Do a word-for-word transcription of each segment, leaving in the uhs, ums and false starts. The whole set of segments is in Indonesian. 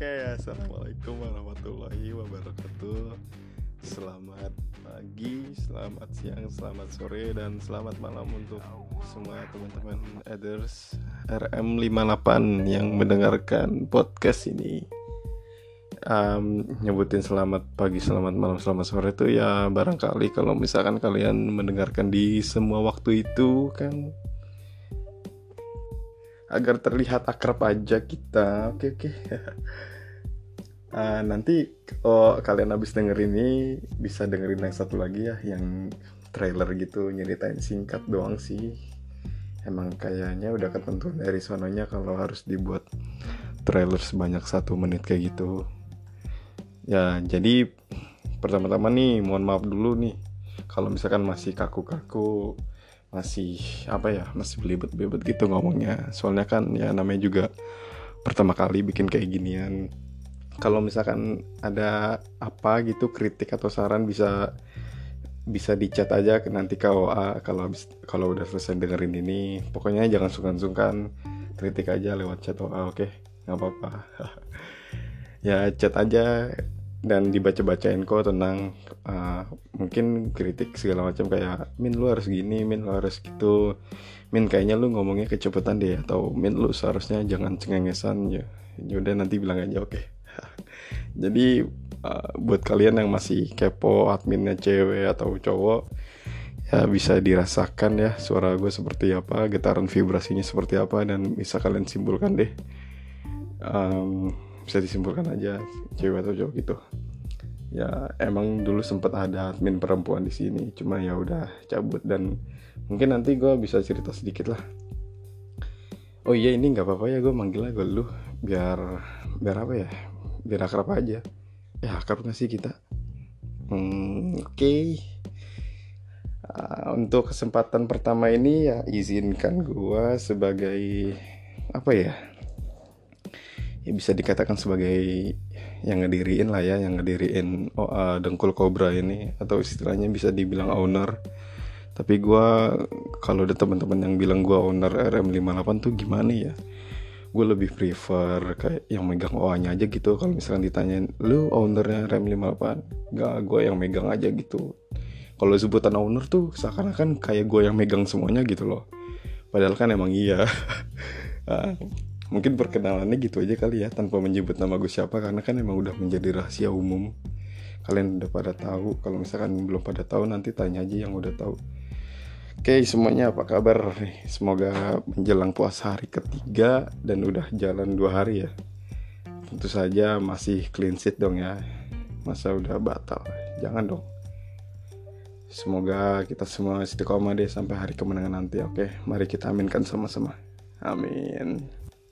Oke, assalamualaikum warahmatullahi wabarakatuh. Selamat pagi, selamat siang, selamat sore, dan selamat malam untuk semua teman-teman Adders R M lima puluh delapan yang mendengarkan podcast ini. Um, nyebutin selamat pagi, selamat malam, selamat sore itu ya barangkali kalau misalkan kalian mendengarkan di semua waktu itu kan agar terlihat akrab aja kita. Oke oke. uh, Nanti kalau kalian habis denger ini bisa dengerin yang satu lagi ya, yang trailer gitu, nyeritain singkat doang sih. Emang kayaknya udah ketentuan dari sononya kalau harus dibuat trailer sebanyak satu menit kayak gitu. Ya jadi pertama-tama nih mohon maaf dulu nih kalau misalkan masih kaku-kaku, masih apa ya, masih belibet-belibet gitu ngomongnya. Soalnya kan ya namanya juga pertama kali bikin kayak ginian. Kalau misalkan ada apa gitu kritik atau saran bisa bisa di chat aja nanti ke O A kalau habis kalau udah selesai dengerin ini. Pokoknya jangan sungkan-sungkan, kritik aja lewat chat O A, oke? Okay? Nggak apa-apa. Ya chat aja dan dibaca-bacain kok tentang uh, mungkin kritik segala macam kayak Min lu harus gini, Min lu harus gitu, Min kayaknya lu ngomongnya kecepatan deh, atau Min lu seharusnya jangan cengengesan ya. Yaudah nanti bilang aja, oke. Okay? Jadi uh, buat kalian yang masih kepo adminnya cewek atau cowok ya bisa dirasakan ya suara gue seperti apa, getaran vibrasinya seperti apa, dan bisa kalian simpulkan deh. Um, bisa disimpulkan aja cewek atau cowok gitu. Ya emang dulu sempat ada admin perempuan di sini, cuma ya udah cabut, dan mungkin nanti gue bisa cerita sedikit lah. Oh iya, ini nggak apa-apa ya gue manggilnya gue lu, biar biar apa ya, biar akrab aja. Ya akrab nggak sih kita? Hmm, Oke. Okay. Uh, untuk kesempatan pertama ini ya izinkan gue sebagai apa ya? Ya bisa dikatakan sebagai yang ngediriin lah ya, yang ngediriin O A Dengkul Cobra ini, atau istilahnya bisa dibilang owner. Tapi gue kalau ada teman-teman yang bilang gue owner R M lima puluh delapan tuh gimana ya, gue lebih prefer kayak yang megang O A-nya aja gitu. Kalau misalkan ditanyain lu ownernya R M lima puluh delapan, gak, gue yang megang aja gitu. Kalau sebutan owner tuh seakan-akan kayak gue yang megang semuanya gitu loh, padahal kan emang iya. Mungkin perkenalannya gitu aja kali ya, tanpa menyebut nama gue siapa, karena kan emang udah menjadi rahasia umum. Kalian udah pada tahu. Kalau misalkan belum pada tahu, nanti tanya aja yang udah tahu. Oke, semuanya apa kabar nih? Semoga menjelang puasa hari ketiga dan udah jalan dua hari ya. Tentu saja masih clean sheet dong ya. Masa udah batal? Jangan dong. Semoga kita semua istiqomah deh sampai hari kemenangan nanti. Oke, mari kita aminkan sama-sama. Amin.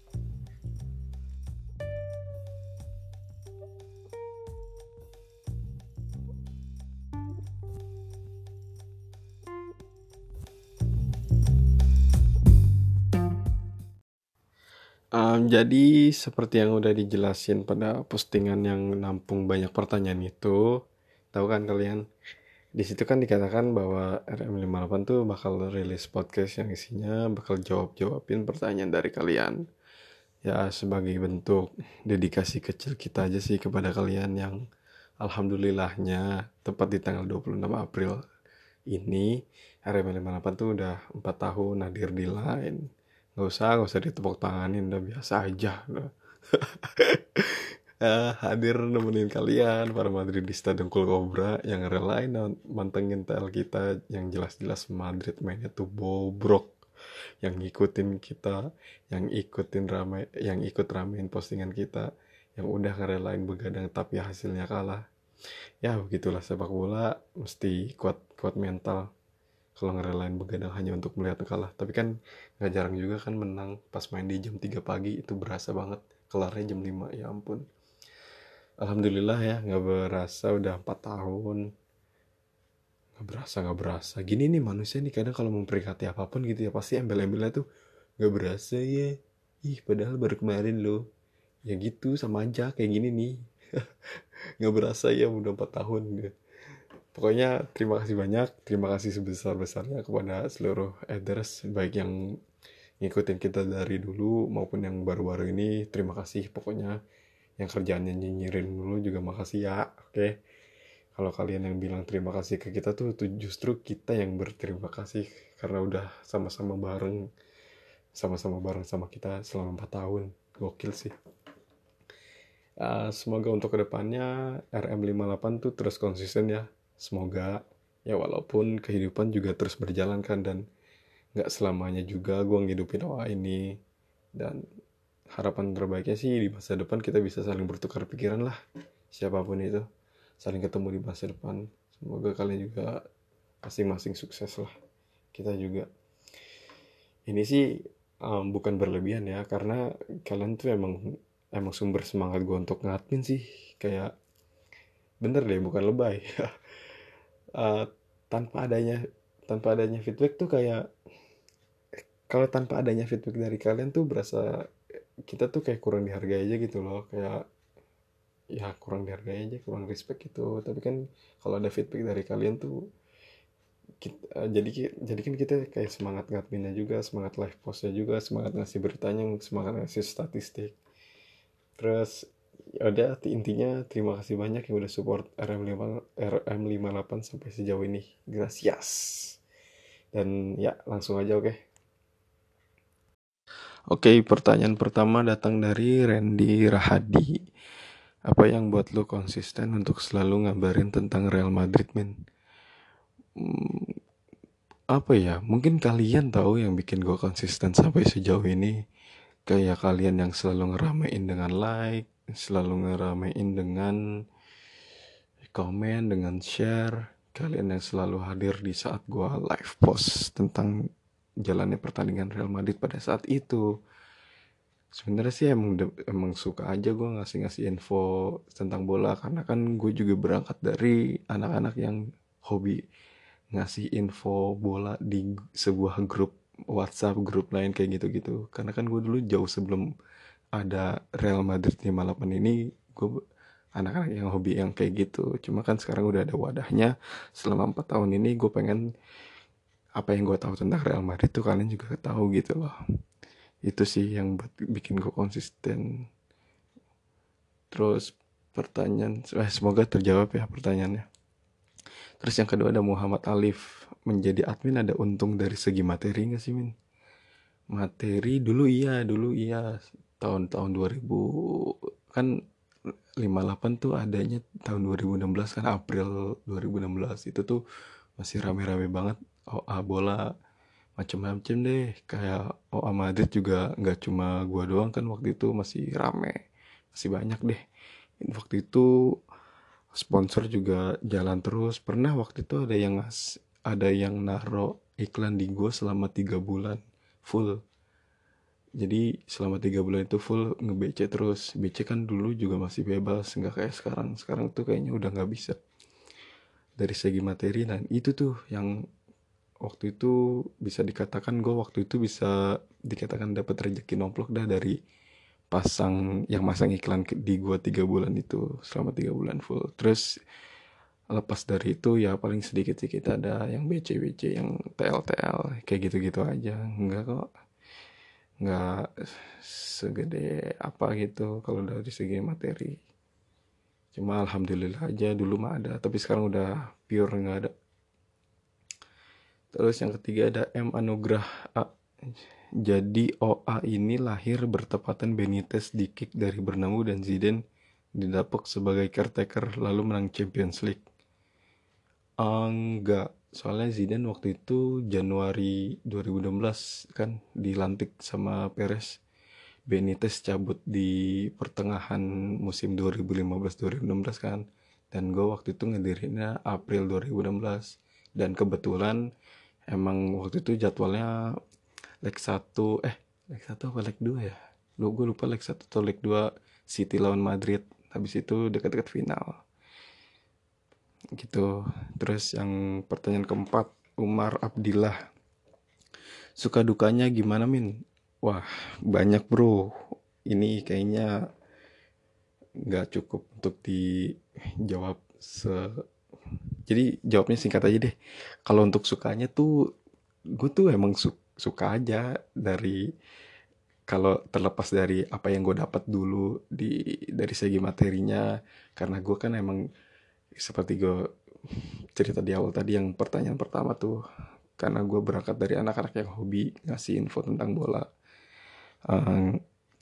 Um, jadi seperti yang udah dijelasin pada postingan yang nampung banyak pertanyaan itu, tahu kan kalian? Di situ kan dikatakan bahwa R M lima puluh delapan tuh bakal rilis podcast yang isinya bakal jawab-jawabin pertanyaan dari kalian. Ya sebagai bentuk dedikasi kecil kita aja sih kepada kalian yang alhamdulillahnya tepat di tanggal dua puluh enam April ini R M lima puluh delapan tuh udah empat tahun hadir di Line. Gak usah, gak usah ditepuk tanganin, udah biasa aja udah. uh, Hadir nemenin kalian para Madridista Dengkul Cobra yang relain mantengin T L kita yang jelas-jelas Madrid mainnya tuh bobrok, yang ngikutin kita, yang ikutin ramai, yang ikut ramein postingan kita, yang udah ngerelain begadang tapi hasilnya kalah. Ya begitulah sepak bola, mesti kuat kuat mental. Kalau ngerelain begadang hanya untuk melihat kalah. Tapi kan gak jarang juga kan menang pas main di jam tiga pagi. Itu berasa banget. Kelarnya jam lima, ya ampun. Alhamdulillah ya, gak berasa udah empat tahun. Gak berasa, gak berasa. Gini nih manusia nih kadang kalau memperingati apapun gitu ya, pasti embel-embelnya tuh gak berasa ya. Ih padahal baru kemarin loh. Ya gitu, sama aja kayak gini nih. Gak berasa ya udah empat tahun gitu. Pokoknya terima kasih banyak, terima kasih sebesar-besarnya kepada seluruh Adders, baik yang ngikutin kita dari dulu maupun yang baru-baru ini. Terima kasih pokoknya yang kerjaannya nyinyirin dulu juga makasih ya. Oke, kalau kalian yang bilang terima kasih ke kita tuh, tuh justru kita yang berterima kasih karena udah sama-sama bareng sama-sama bareng sama kita selama empat tahun. Gokil sih. Uh, semoga untuk kedepannya R M lima puluh delapan tuh terus konsisten ya. Semoga ya, walaupun kehidupan juga terus berjalan kan, dan nggak selamanya juga gue ngidupin O A ini. Dan harapan terbaiknya sih di masa depan kita bisa saling bertukar pikiran lah, siapapun itu, saling ketemu di masa depan. Semoga kalian juga masing-masing sukses lah. Kita juga ini sih um, bukan berlebihan ya, karena kalian tuh emang emang sumber semangat gue untuk ngadmin sih. Kayak bener deh, bukan lebay. uh, tanpa adanya tanpa adanya feedback tuh kayak, kalau tanpa adanya feedback dari kalian tuh berasa kita tuh kayak kurang dihargai aja gitu loh. Kayak ya kurang dihargai aja, kurang respect gitu. Tapi kan kalau ada feedback dari kalian tuh kita, jadi jadi kan kita kayak semangat ngadminnya juga, semangat live postnya juga, semangat ngasih beritanya, semangat ngasih statistik. Terus ya udah, intinya terima kasih banyak yang udah support R M lima R M lima puluh delapan sampai sejauh ini. Gracias. Dan ya langsung aja. Oke. Okay? Oke, okay, pertanyaan pertama datang dari Randy Rahadi. Apa yang buat lo konsisten untuk selalu ngabarin tentang Real Madrid, men? Hmm, apa ya? Mungkin kalian tahu yang bikin gue konsisten sampai sejauh ini. Kayak kalian yang selalu ngeramein dengan like, selalu ngeramein dengan komen, dengan share. Kalian yang selalu hadir di saat gue live post tentang jalannya pertandingan Real Madrid pada saat itu. Sebenarnya sih emang emang suka aja gue ngasih-ngasih info tentang bola, karena kan gue juga berangkat dari anak-anak yang hobi ngasih info bola di sebuah grup WhatsApp, grup lain kayak gitu-gitu. Karena kan gue dulu jauh sebelum ada Real Madrid lima puluh delapan ini, gue anak-anak yang hobi yang kayak gitu. Cuma kan sekarang udah ada wadahnya. Selama empat tahun ini gue pengen apa yang gue tahu tentang Real Madrid tuh kalian juga tahu gitu loh. Itu sih yang buat bikin gue konsisten. Terus pertanyaan, eh, semoga terjawab ya pertanyaannya. Terus yang kedua ada Muhammad Alif. Menjadi admin ada untung dari segi materi gak sih, Min? Materi dulu iya, dulu iya. Tahun-tahun dua ribu kan lima puluh delapan tuh adanya tahun dua ribu enam belas kan, April dua ribu enam belas. Itu tuh masih rame-rame banget O A bola macem-macem deh. Kayak O A Madrid juga gak cuma gua doang kan, waktu itu masih rame, masih banyak deh. Waktu itu sponsor juga jalan terus. Pernah waktu itu ada yang ngas, ada yang naro iklan di gua selama tiga bulan full. Jadi selama tiga bulan itu full nge-B C terus. B C kan dulu juga masih bebas, nggak kayak sekarang. Sekarang tuh kayaknya udah nggak bisa dari segi materi. Dan itu tuh yang waktu itu bisa dikatakan gue waktu itu bisa dikatakan dapat rezeki nomplok dah dari pasang yang masang iklan di gue tiga bulan itu, selama tiga bulan full. Terus lepas dari itu ya paling sedikit sedikit ada yang B C B C, yang T L T L kayak gitu-gitu aja. Enggak kok, nggak segede apa gitu kalau dari segi materi. Cuma alhamdulillah aja dulu mah ada, tapi sekarang udah pure nggak ada. Terus yang ketiga ada M Anugrah A. Jadi O A ini lahir bertepatan Benitez di kick dari Bernabeu dan Zidane didapuk sebagai caretaker lalu menang Champions League. Enggak, soalnya Zidane waktu itu Januari dua ribu enam belas kan dilantik sama Perez. Benitez cabut di pertengahan musim dua ribu lima belas dua ribu enam belas kan. Dan gue waktu itu ngedirinnya April dua ribu enam belas. Dan kebetulan emang waktu itu jadwalnya leg satu, eh leg satu apa leg dua ya? Lu gue lupa leg satu atau leg dua City lawan Madrid. Habis itu dekat-dekat final. Gitu. Terus yang pertanyaan keempat, Umar Abdillah. Suka dukanya gimana, Min? Wah, banyak bro. Ini kayaknya gak cukup untuk dijawab se... Jadi jawabnya singkat aja deh. Kalau untuk sukanya tuh, gue tuh emang su- suka aja dari kalau terlepas dari apa yang gue dapat dulu di dari segi materinya, karena gue kan emang seperti gue cerita di awal tadi yang pertanyaan pertama tuh, karena gue berangkat dari anak-anak yang hobi ngasih info tentang bola. Eh,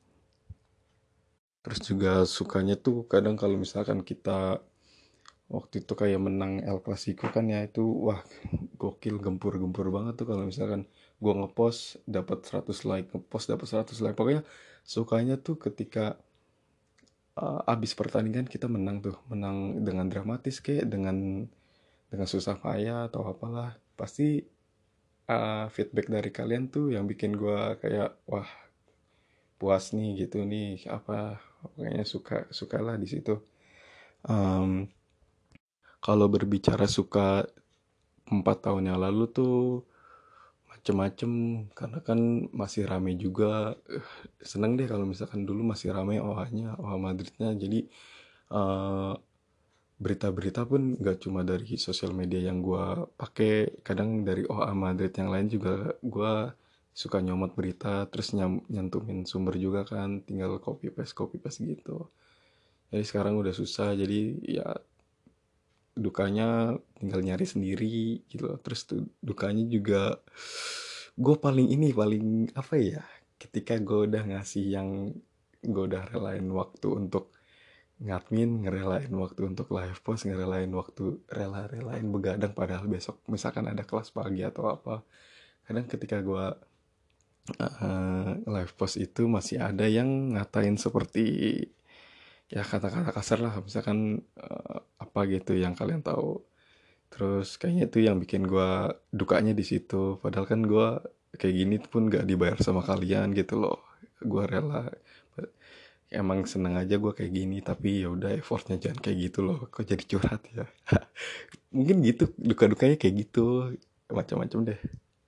Terus juga sukanya tuh kadang kalau misalkan kita waktu itu kayak menang El Clasico kan ya, itu wah gokil, gempur-gempur banget tuh kalau misalkan gua ngepost dapat seratus like, ngepost dapat seratus like. Pokoknya sukanya tuh ketika uh, abis pertandingan kita menang tuh, menang dengan dramatis kayak dengan dengan susah payah atau apalah. Pasti uh, feedback dari kalian tuh yang bikin gua kayak wah puas nih gitu nih, apa pokoknya suka sukalah di situ. Um, Kalau berbicara suka empat tahun yang lalu tuh macem-macem, karena kan masih rame juga. Eh, seneng deh kalau misalkan dulu masih rame O A-nya, O A Madridnya. Jadi eh, berita-berita pun gak cuma dari sosial media yang gue pakai, kadang dari O A Madrid yang lain juga gue suka nyomot berita, terus nyam, nyantumin sumber juga kan, tinggal copy paste copy paste gitu. Jadi sekarang udah susah, jadi ya dukanya tinggal nyari sendiri gitu loh. Terus tuh dukanya juga gue paling ini paling apa ya, ketika gue udah ngasih yang gue udah relain waktu untuk ngadmin, ngerelain waktu untuk live post, ngerelain waktu rela-relain begadang padahal besok misalkan ada kelas pagi atau apa. Kadang ketika gue uh, live post itu masih ada yang ngatain seperti ya kata-kata kasar lah, misalkan uh, apa gitu yang kalian tahu. Terus kayaknya itu yang bikin gue dukanya di situ. Padahal kan gue kayak gini pun gak dibayar sama kalian gitu loh. Gue rela. Emang seneng aja gue kayak gini. Tapi ya udah effortnya jangan kayak gitu loh. Kok jadi curhat ya? Mungkin gitu. Duka-dukanya kayak gitu. Macam-macam deh.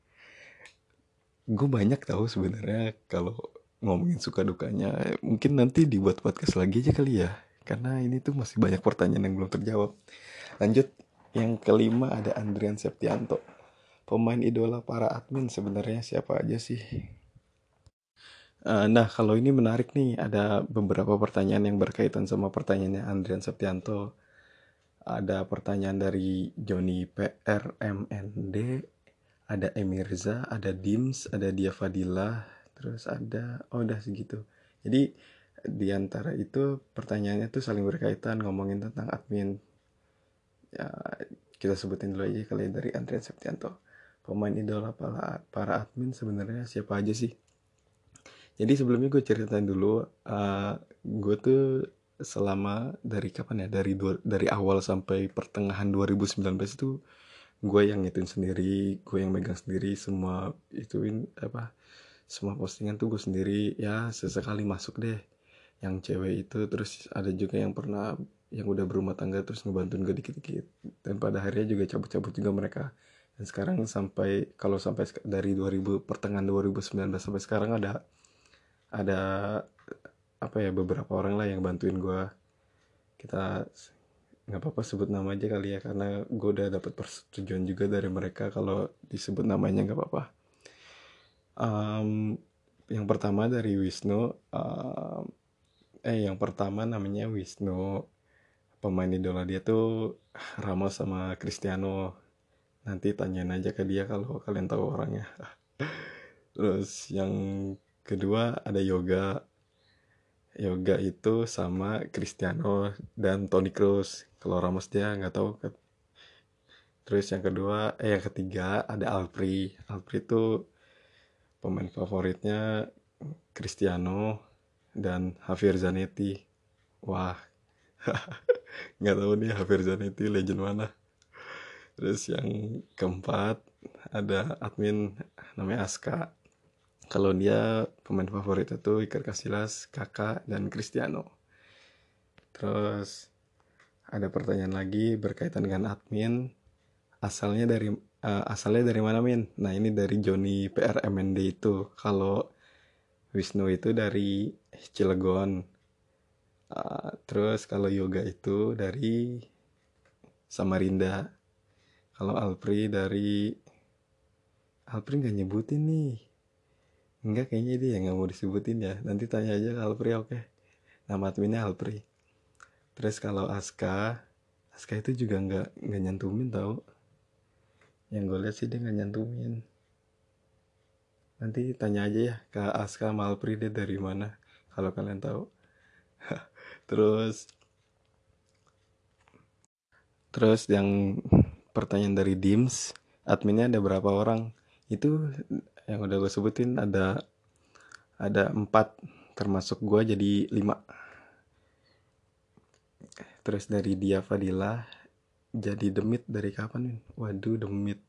Gue banyak tahu sebenarnya kalau ngomongin suka dukanya. Mungkin nanti dibuat podcast lagi aja kali ya. Karena ini tuh masih banyak pertanyaan yang belum terjawab. Lanjut, yang kelima ada Andrian Septianto. Pemain idola para admin sebenarnya siapa aja sih? Eh, nah, kalau ini menarik nih, ada beberapa pertanyaan yang berkaitan sama pertanyaannya Andrian Septianto. Ada pertanyaan dari Joni P R M N D, ada Emirza, ada Dims, ada Dia Fadila, terus ada, oh udah segitu. Jadi di antara itu pertanyaannya tuh saling berkaitan ngomongin tentang admin. Ya, kita sebutin dulu aja kali ya dari Andrian Septianto. Pemain idola para, para admin sebenarnya siapa aja sih? Jadi sebelumnya gue ceritain dulu, uh, gue tuh selama dari kapan ya? Dari dua, dari awal sampai pertengahan dua ribu sembilan belas itu gue yang ngituin sendiri, gue yang megang sendiri semua ituin apa? Semua postingan tuh gue sendiri, ya sesekali masuk deh yang cewek itu, terus ada juga yang pernah yang udah berumah tangga terus ngebantuin gue dikit-dikit, dan pada akhirnya juga cabut-cabut juga mereka. Dan sekarang sampai kalau sampai dari dua ribu pertengahan dua ribu sembilan belas sampai sekarang ada ada apa ya, beberapa orang lah yang bantuin gue. Kita nggak apa-apa sebut nama aja kali ya, karena gue udah dapat persetujuan juga dari mereka kalau disebut namanya nggak apa-apa. Um, yang pertama dari Wisnu, um, eh yang pertama namanya Wisnu, pemain idola dia tuh Ramos sama Cristiano. Nanti tanyain aja ke dia kalau kalian tahu orangnya. Terus yang kedua ada Yoga. Yoga itu sama Cristiano dan Toni Kroos. Kalau Ramos dia nggak tahu. Terus yang kedua, eh yang ketiga ada Alpri. Alpri itu pemain favoritnya Cristiano dan Javier Zanetti. Wah, nggak tahu nih Javier Zanetti legend mana. Terus yang keempat ada admin namanya Aska. Kalau dia pemain favorit itu Iker Casillas, Kakak, dan Cristiano. Terus ada pertanyaan lagi berkaitan dengan admin. Asalnya dari uh, asalnya dari mana, Min? Nah, ini dari Joni P R M N D itu. Kalau Wisnu itu dari Cilegon. Uh, terus kalau Yoga itu dari Samarinda. Kalau Alpri dari Alpri nggak nyebutin nih. Enggak, kayaknya dia yang nggak mau disebutin ya. Nanti tanya aja ke Alpri, oke. Nama adminnya Alpri. Terus kalau Aska, Aska itu juga nggak nggak nyantumin tau. Yang gue lihat sih dia nggak nyantumin. Nanti tanya aja ya ke Aska sama Alpri dia dari mana. Kalau kalian tahu. Terus, terus yang pertanyaan dari Dims, adminnya ada berapa orang? Itu yang udah gue sebutin ada ada empat, termasuk gue jadi lima. Terus dari Dia Fadila, jadi demit dari kapan nih? Waduh, demit.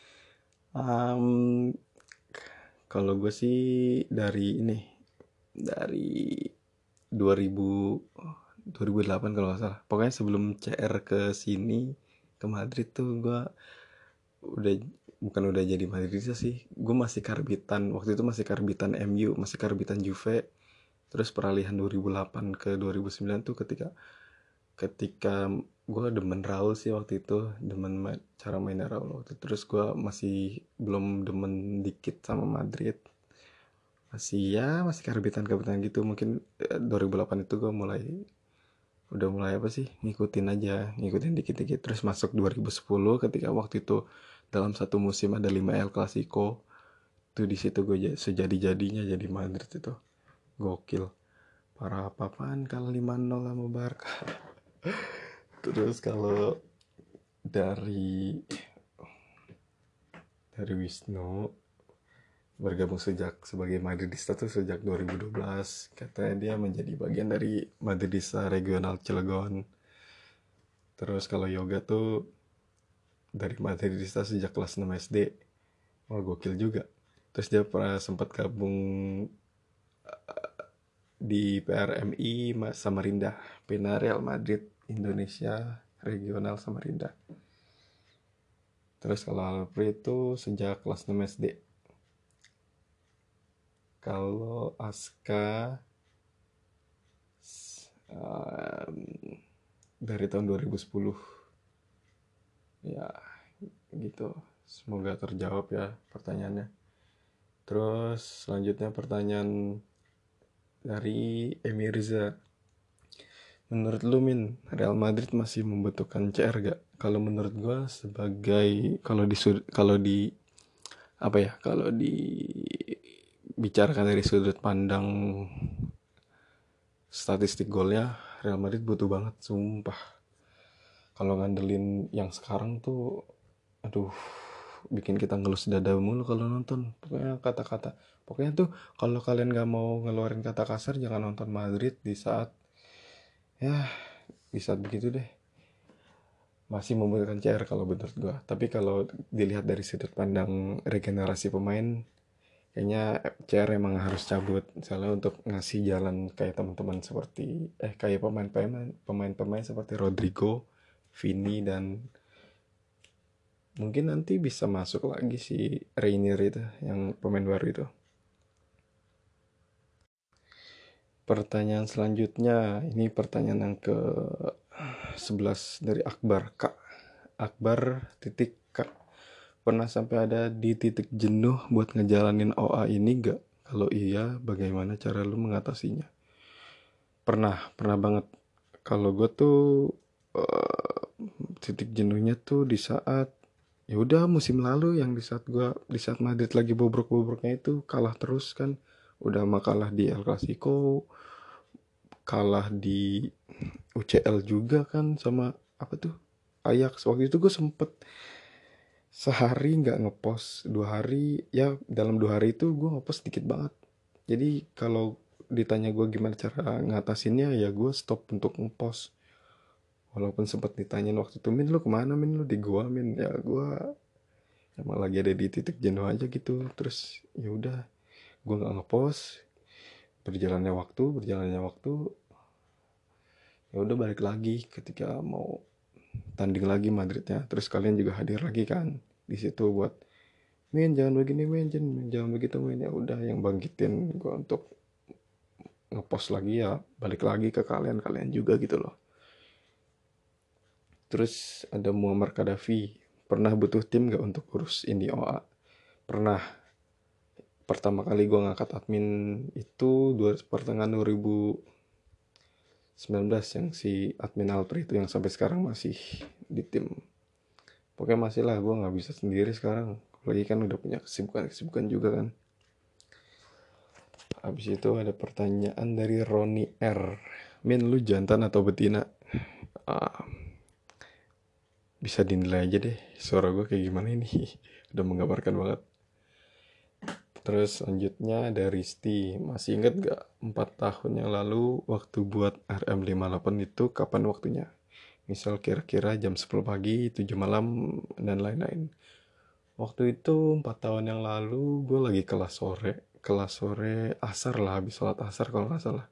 Um, kalau gue sih dari ini, dari dua ribu dua ribu delapan kalau nggak salah. Pokoknya sebelum C R ke sini ke Madrid tuh gue udah, bukan udah jadi Madridista sih. Gue masih karbitan waktu itu, masih karbitan M U, masih karbitan Juve. Terus peralihan dua ribu delapan ke dua ribu sembilan tuh ketika ketika gue demen Raul sih waktu itu, demen ma- cara mainnya Raul waktu itu. Terus gue masih belum demen dikit sama Madrid, masih ya masih karbitan-karbitan gitu. Mungkin eh, dua ribu delapan itu gue mulai udah mulai apa sih, ngikutin aja, ngikutin dikit-dikit. Terus masuk dua ribu sepuluh ketika waktu itu dalam satu musim ada lima El Clasico. Tuh di situ gue sejadi-jadinya jadi Madrid itu. Gokil. Parah apa-apaan kalau lima nol sama Barca. Terus kalau dari dari Wisnu, bergabung sejak sebagai Madridista tuh sejak dua ribu dua belas. Katanya dia menjadi bagian dari Madridista Regional Cilegon. Terus kalau yoga tuh dari Madridista sejak kelas enam S D. Wah, gokil juga. Terus dia pernah sempat gabung di P R M I Samarinda, Pina Real Madrid Indonesia Regional Samarinda. Terus kalau Alfred itu sejak kelas enam S D. Kalau Aska um, dari tahun dua ribu sepuluh. Ya, gitu. Semoga terjawab ya pertanyaannya. Terus selanjutnya pertanyaan dari Emirza. Menurut lu Min, Real Madrid masih membutuhkan C R gak? Kalau menurut gue sebagai, kalau di kalau di apa ya, kalau dibicarakan dari sudut pandang statistik golnya, Real Madrid butuh banget, sumpah. Kalau ngandelin yang sekarang tuh, aduh, bikin kita ngelus dada mulu kalau nonton. Pokoknya kata-kata, pokoknya tuh kalau kalian gak mau ngeluarin kata kasar, jangan nonton Madrid di saat, ya, di saat begitu deh. Masih membutuhkan C R kalau menurut gue. Tapi kalau dilihat dari sudut pandang regenerasi pemain, kayaknya C R emang harus cabut. Misalnya untuk ngasih jalan kayak teman-teman seperti, eh kayak pemain-pemain pemain-pemain seperti Rodrigo, Vini, dan mungkin nanti bisa masuk lagi si Reinier itu, yang pemain baru itu. Pertanyaan selanjutnya, ini pertanyaan yang ke sebelas dari Akbar. Kak, Akbar titik Kak, pernah sampai ada di titik jenuh buat ngejalanin O A ini gak? Kalau iya, bagaimana cara lu mengatasinya? Pernah, pernah banget. Kalau gue tuh uh, titik jenuhnya tuh di saat, ya udah musim lalu, yang di saat gua di saat Madrid lagi bobrok-bobroknya itu, kalah terus kan. Udah mah kalah di El Clasico, kalah di U C L juga kan sama apa tuh, Ajax. Waktu itu gue sempet sehari nggak ngepost, dua hari ya, dalam dua hari itu gue ngepost dikit banget. Jadi kalau ditanya gue gimana cara ngatasinnya, ya gue stop untuk ngepost. Walaupun sempat ditanyain waktu itu, Min lu kemana Min, lu di gua Min, ya gue emang lagi ada di titik jenuh aja gitu. Terus ya udah, gue nggak ngepost. Berjalannya waktu, berjalannya waktu, ya udah balik lagi ketika mau tanding lagi Madridnya. Terus kalian juga hadir lagi kan di situ buat, Min jangan begini Min, jangan, jangan begitu Min. Ya udah, yang bangkitin gue untuk ngepost lagi ya balik lagi ke kalian kalian juga gitu loh. Terus ada Muammar Gaddafi, pernah butuh tim gak untuk urus ini O A? Pernah. pertama kali gue ngangkat admin itu dua pertengahan dua ribu sembilan belas, yang si admin Alpri itu yang sampai sekarang masih di tim. Pokoknya masih lah, gue nggak bisa sendiri sekarang, apalagi kan udah punya kesibukan-kesibukan juga kan. Habis itu ada pertanyaan dari Roni R. Min, lu jantan atau betina? Ah, bisa dinilai aja deh suara gue kayak gimana ini. Udah menggambarkan banget. Terus selanjutnya ada Risti. Masih inget gak empat tahun yang lalu waktu buat R M lima puluh delapan itu kapan waktunya? Misal kira-kira jam sepuluh pagi, tujuh malam, dan lain-lain. Waktu itu empat tahun yang lalu gue lagi kelas sore. Kelas sore asar lah, habis sholat asar kalau nggak salah.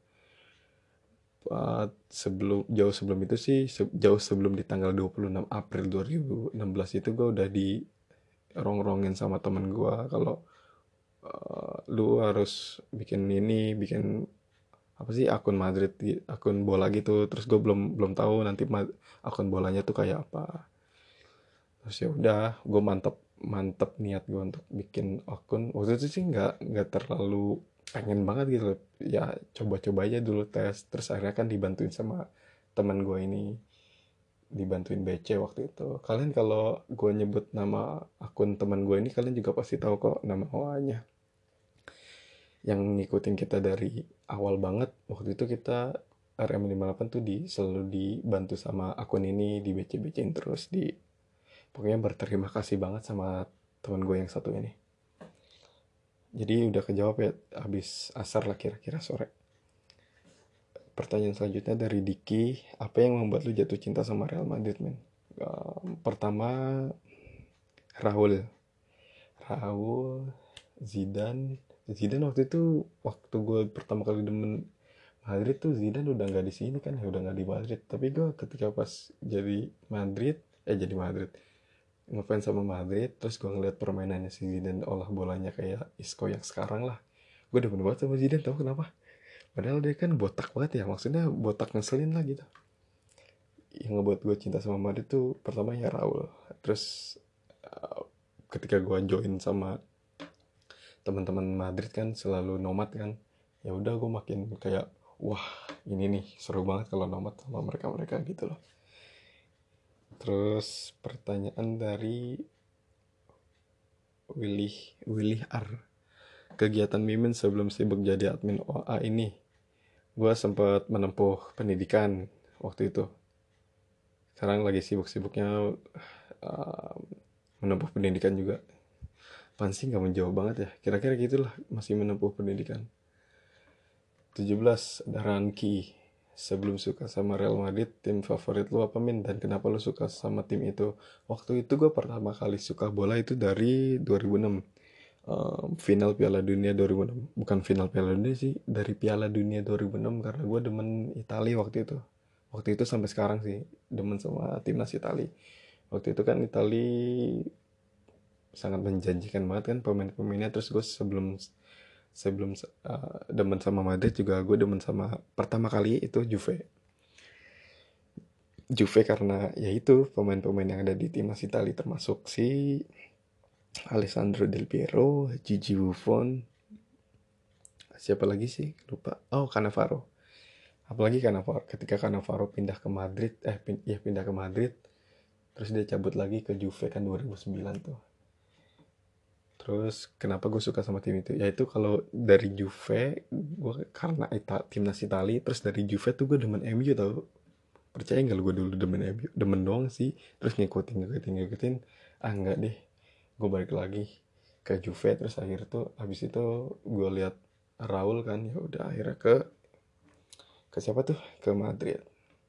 Uh, sebelum jauh sebelum itu sih se- jauh sebelum di tanggal dua puluh enam April dua ribu enam belas itu gue udah di rong-rongin sama temen gue kalau uh, lu harus bikin ini, bikin apa sih, akun Madrid, akun bola gitu. Terus gue belum belum tahu nanti ma- akun bolanya tuh kayak apa. Terus ya udah, gue mantep mantep niat gue untuk bikin akun. Waktu itu sih nggak nggak terlalu pengen banget gitu loh. Ya coba-coba aja dulu tes. Terus akhirnya kan dibantuin sama teman gue ini, dibantuin B C waktu itu. Kalian kalau gue nyebut nama akun teman gue ini, kalian juga pasti tahu kok nama awalnya. Yang ngikutin kita dari awal banget, waktu itu kita R M lima puluh delapan tuh di selalu dibantu sama akun ini, di B C B C-in terus, di pokoknya berterima kasih banget sama teman gue yang satu ini. Jadi udah kejawab ya habis asar lah kira-kira sore. Pertanyaan selanjutnya dari Diki. Apa yang membuat lu jatuh cinta sama Real Madrid, men? Um, pertama, Raul. Raul, Zidane. Zidane waktu itu, waktu gue pertama kali demen Madrid tuh Zidane udah nggak di sini kan, ya udah nggak di Madrid. Tapi gue ketika pas jadi Madrid, eh jadi Madrid, ngefans sama Madrid, terus gue ngeliat permainannya si Zidane, olah bolanya kayak Isco yang sekarang lah. Gue demen banget sama Zidane, tau kenapa? Padahal dia kan botak banget ya, maksudnya botak ngeselin lah gitu. Yang ngebuat gue cinta sama Madrid tuh pertama ya Raul. Terus uh, ketika gue join sama teman-teman Madrid kan selalu nomad kan, ya udah gue makin kayak wah ini nih seru banget kalau nomad sama mereka-mereka gitu loh. Terus pertanyaan dari Willy Willy R. Kegiatan Mimin sebelum sibuk jadi admin O A ini, gue sempat menempuh pendidikan waktu itu. Sekarang lagi sibuk-sibuknya uh, menempuh pendidikan juga. Apaan sih gak menjawab banget ya. Kira-kira gitulah, masih menempuh pendidikan. tujuh belas ada Ranki. Sebelum suka sama Real Madrid, tim favorit lu apa, Min? Dan kenapa lu suka sama tim itu? Waktu itu gue pertama kali suka bola itu dari dua ribu enam. Um, final Piala Dunia dua ribu enam. Bukan final Piala Dunia sih, dari Piala Dunia dua ribu enam, karena gue demen Italia waktu itu. Waktu itu sampai sekarang sih demen sama timnas Italia. Waktu itu kan Italia sangat menjanjikan banget kan pemain-pemainnya. Terus gue sebelum sebelum uh, demen sama Madrid juga, gue demen sama pertama kali itu Juve. Juve karena ya itu pemain-pemain yang ada di timnas Italia, termasuk si Alessandro Del Piero, Gigi Buffon, siapa lagi sih lupa, oh Cannavaro. Apalagi Cannavaro, ketika Cannavaro pindah ke Madrid, eh pin, ya pindah ke Madrid, terus dia cabut lagi ke Juve kan dua ribu sembilan tuh. Terus kenapa gue suka sama tim itu? Yaitu kalau dari Juve, gue karena Ita, timnas Italia, terus dari Juve tuh gue demen M U tau. Percaya nggak lu, gue dulu demen M U, demen doang sih. Terus ngikutin, ngikutin, ngikutin. Ah nggak deh, gue balik lagi ke Juve. Terus akhir tuh, habis itu gue lihat Raul kan, ya udah akhirnya ke ke siapa tuh? Ke Madrid.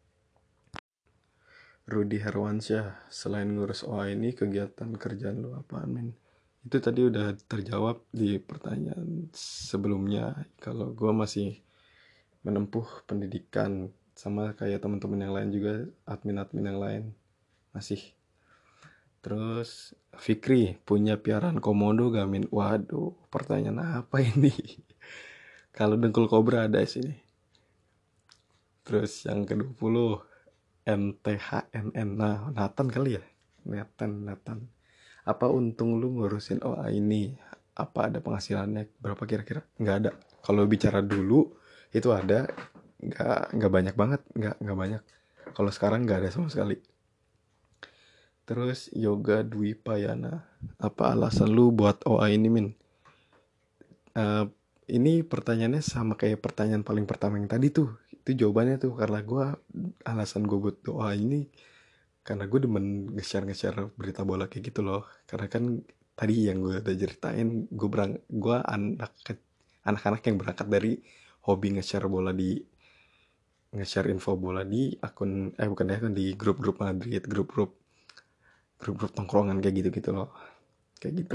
Rudi Herwansyah, selain ngurus O A ini, kegiatan kerjaan lu apaan, men? Itu tadi udah terjawab di pertanyaan sebelumnya. Kalau gue masih menempuh pendidikan, sama kayak teman-teman yang lain juga, admin-admin yang lain masih. Terus Fikri, punya piaraan komodo gak, Min? Waduh, pertanyaan apa ini? Kalau dengkul kobra ada sini. Terus yang ke dua puluh, N T H N N. Nah, Nathan kali ya? Nathan, Nathan. Apa untung lu ngurusin O A ini? apa ada penghasilannya berapa kira-kira? Nggak ada. Kalau bicara dulu itu ada, nggak nggak banyak banget, nggak nggak banyak. Kalau sekarang nggak ada sama sekali. Terus Yoga Dwi Payana, apa alasan lu buat O A ini Min? Eh, ini pertanyaannya sama kayak pertanyaan paling pertama yang tadi tuh. Itu jawabannya tuh karena gue, alasan gue buat doa ini karena gue demen nge-share nge-share berita bola kayak gitu loh. Karena kan tadi yang gue udah ceritain, gue berang gue anak anak-anak yang berangkat dari hobi nge-share bola di nge-share info bola di akun, eh bukan ya, akun di grup-grup Madrid, grup-grup grup-grup tongkrongan kayak gitu-gitu loh, kayak gitu.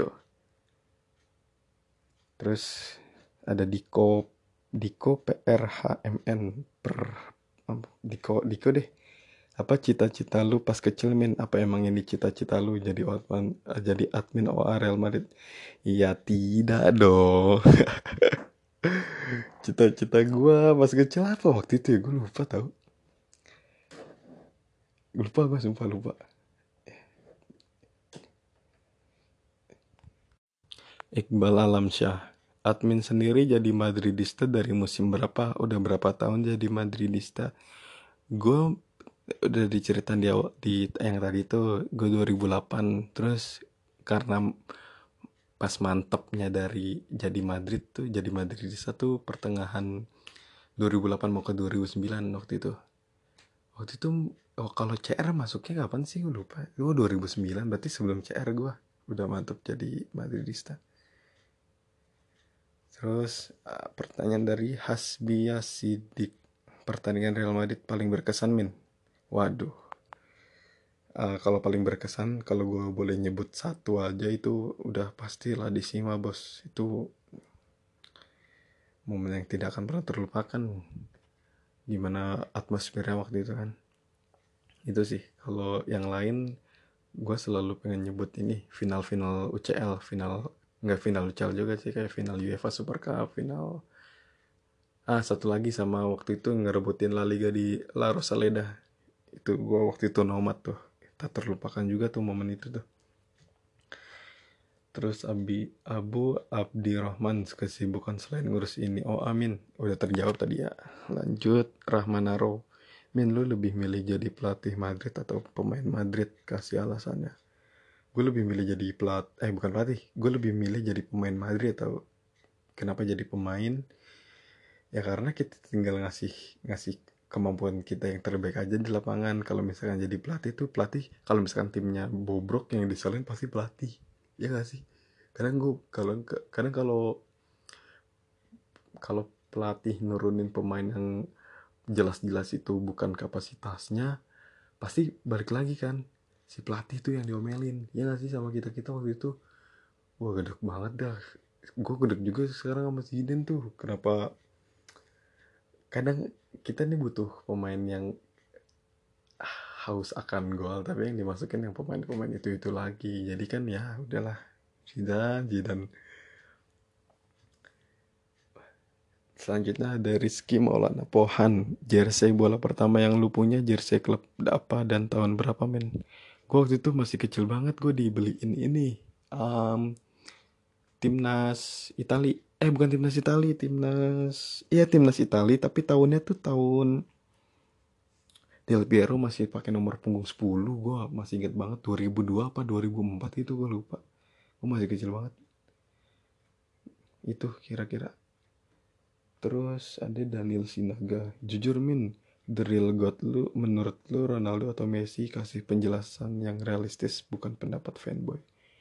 Terus ada Diko Diko P R H M N per Diko Diko deh. Apa cita-cita lu pas kecil Min? Apa emang ini cita-cita lu jadi admin, jadi admin O A Real Madrid? Iya tidak dong. Cita-cita gua pas kecil apa waktu itu ya? Gue lupa tau. Lupa gue, sumpah lupa. Iqbal Alamsyah. Admin sendiri jadi Madridista dari musim berapa? Udah berapa tahun jadi Madridista? Gue udah diceritain di awal, di yang tadi tuh gue dua ribu delapan. Terus karena pas mantepnya dari jadi Madrid tuh, jadi Madridista tuh pertengahan dua ribu delapan mau ke dua ribu sembilan waktu itu. Waktu itu oh, kalau C R masuknya kapan sih? Gue lupa. Gue dua ribu sembilan, berarti sebelum C R gue udah mantep jadi Madridista. Terus uh, pertanyaan dari Hasbia Sidik. Pertandingan Real Madrid paling berkesan Min? Waduh. Uh, kalau paling berkesan, kalau gue boleh nyebut satu aja itu udah pastilah di Sima bos. Itu momen yang tidak akan pernah terlupakan. Gimana atmosfernya waktu itu kan. Itu sih. Kalau yang lain, gue selalu pengen nyebut ini final-final U C L, final nggak final U C L juga sih, kayak final UEFA Super Cup, final. Ah, satu lagi sama waktu itu ngerebutin La Liga di La Rosaleda. Itu gue waktu itu nomad tuh. Tak terlupakan juga tuh momen itu tuh. Terus Abi Abu Abdirrahman, kesibukan selain ngurus ini. Oh amin, udah terjawab tadi ya. Lanjut Rahmanaro. Min, lu lebih milih jadi pelatih Madrid atau pemain Madrid? Kasih alasannya. Gue lebih milih jadi pelat eh bukan pelatih. Gue lebih milih jadi pemain Madrid. Atau kenapa jadi pemain? Ya karena kita tinggal ngasih ngasih kemampuan kita yang terbaik aja di lapangan. Kalau misalkan jadi pelatih tuh, pelatih kalau misalkan timnya bobrok, yang disalin pasti pelatih. Ya gak sih? Kadang gue kalau kadang kalau kalau pelatih nurunin pemain yang jelas-jelas itu bukan kapasitasnya, pasti balik lagi kan si pelatih tuh yang diomelin. Ya gak sih, sama kita kita waktu itu. Wah gedek banget dah. Gue gedek juga sekarang sama si Zidane tuh. Kenapa kadang kita nih butuh pemain yang haus akan gol, tapi yang dimasukin yang pemain-pemain itu itu lagi. Jadi kan ya udahlah, Zidane Zidane. Selanjutnya ada Rizky Maulana Pohan. Jersey bola pertama yang lu punya jersey klub apa dan tahun berapa men? Gue waktu itu masih kecil banget, gue dibeliin ini um, timnas Itali. Eh bukan timnas Itali, timnas iya timnas Itali, tapi tahunnya tuh tahun Del Piero masih pakai nomor punggung sepuluh. Gue masih inget banget dua ribu dua apa dua ribu empat itu, gue lupa. Gue masih kecil banget. Itu kira-kira. Terus ada Daniel Sinaga. Jujur Min, the real god lu menurut lu Ronaldo atau Messi? Kasih penjelasan yang realistis, bukan pendapat fanboy.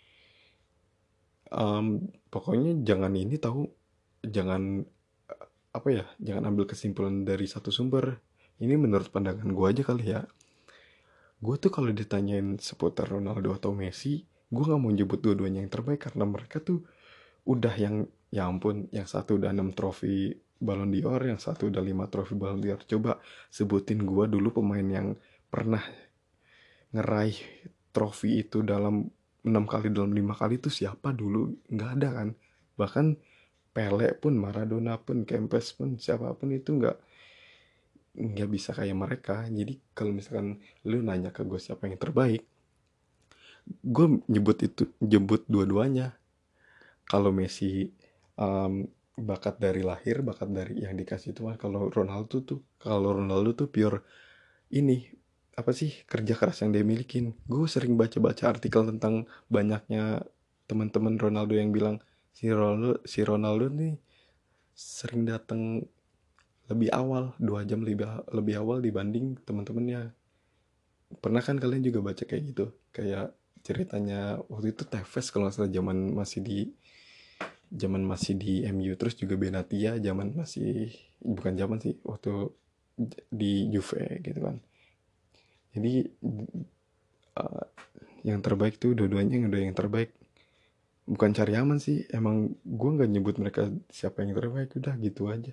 Um, pokoknya jangan ini tahu, jangan apa ya, jangan ambil kesimpulan dari satu sumber. Ini menurut pandangan gue aja kali ya. Gue tuh kalau ditanyain seputar Ronaldo atau Messi, gue nggak mau nyebut dua-duanya yang terbaik karena mereka tuh udah yang ya ampun, yang satu udah enam trofi Ballon d'Or, yang satu udah lima trofi Ballon d'Or. Coba sebutin gue dulu pemain yang pernah ngeraih trofi itu dalam enam kali, dalam lima kali itu siapa dulu? Nggak ada kan. Bahkan Pele pun, Maradona pun, Kempes pun, siapapun itu nggak nggak bisa kayak mereka. Jadi kalau misalkan lu nanya ke gue siapa yang terbaik, gue nyebut itu, nyebut dua-duanya. kalau Messi um, bakat dari lahir, bakat dari yang dikasih Tuhan. Kalau Ronaldo tuh, kalau Ronaldo tuh pure ini apa sih, kerja keras yang dia milikin. Gue sering baca-baca artikel tentang banyaknya teman-teman Ronaldo yang bilang si Ronaldo si Ronaldo nih sering datang lebih awal, dua jam lebih lebih awal dibanding teman-temannya. Pernah kan kalian juga baca kayak gitu, kayak ceritanya waktu itu Tevez kalau nggak salah, zaman masih di zaman masih di M U, terus juga Benatia zaman masih, bukan zaman sih, waktu di Juve gitu kan. Jadi uh, yang terbaik tuh dua-duanya udah yang terbaik. Bukan cari aman sih, emang gue nggak nyebut mereka siapa yang terbaik, udah gitu aja.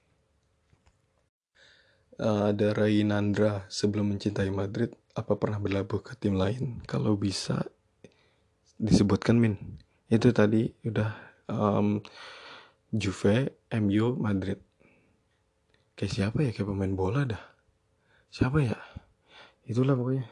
Uh, ada Rainandra, sebelum mencintai Madrid apa pernah berlabuh ke tim lain? Kalau bisa disebutkan Min. Itu tadi udah, um, Juve, M U, Madrid. Kayak siapa ya, kayak pemain bola dah. Siapa ya? Itulah pokoknya.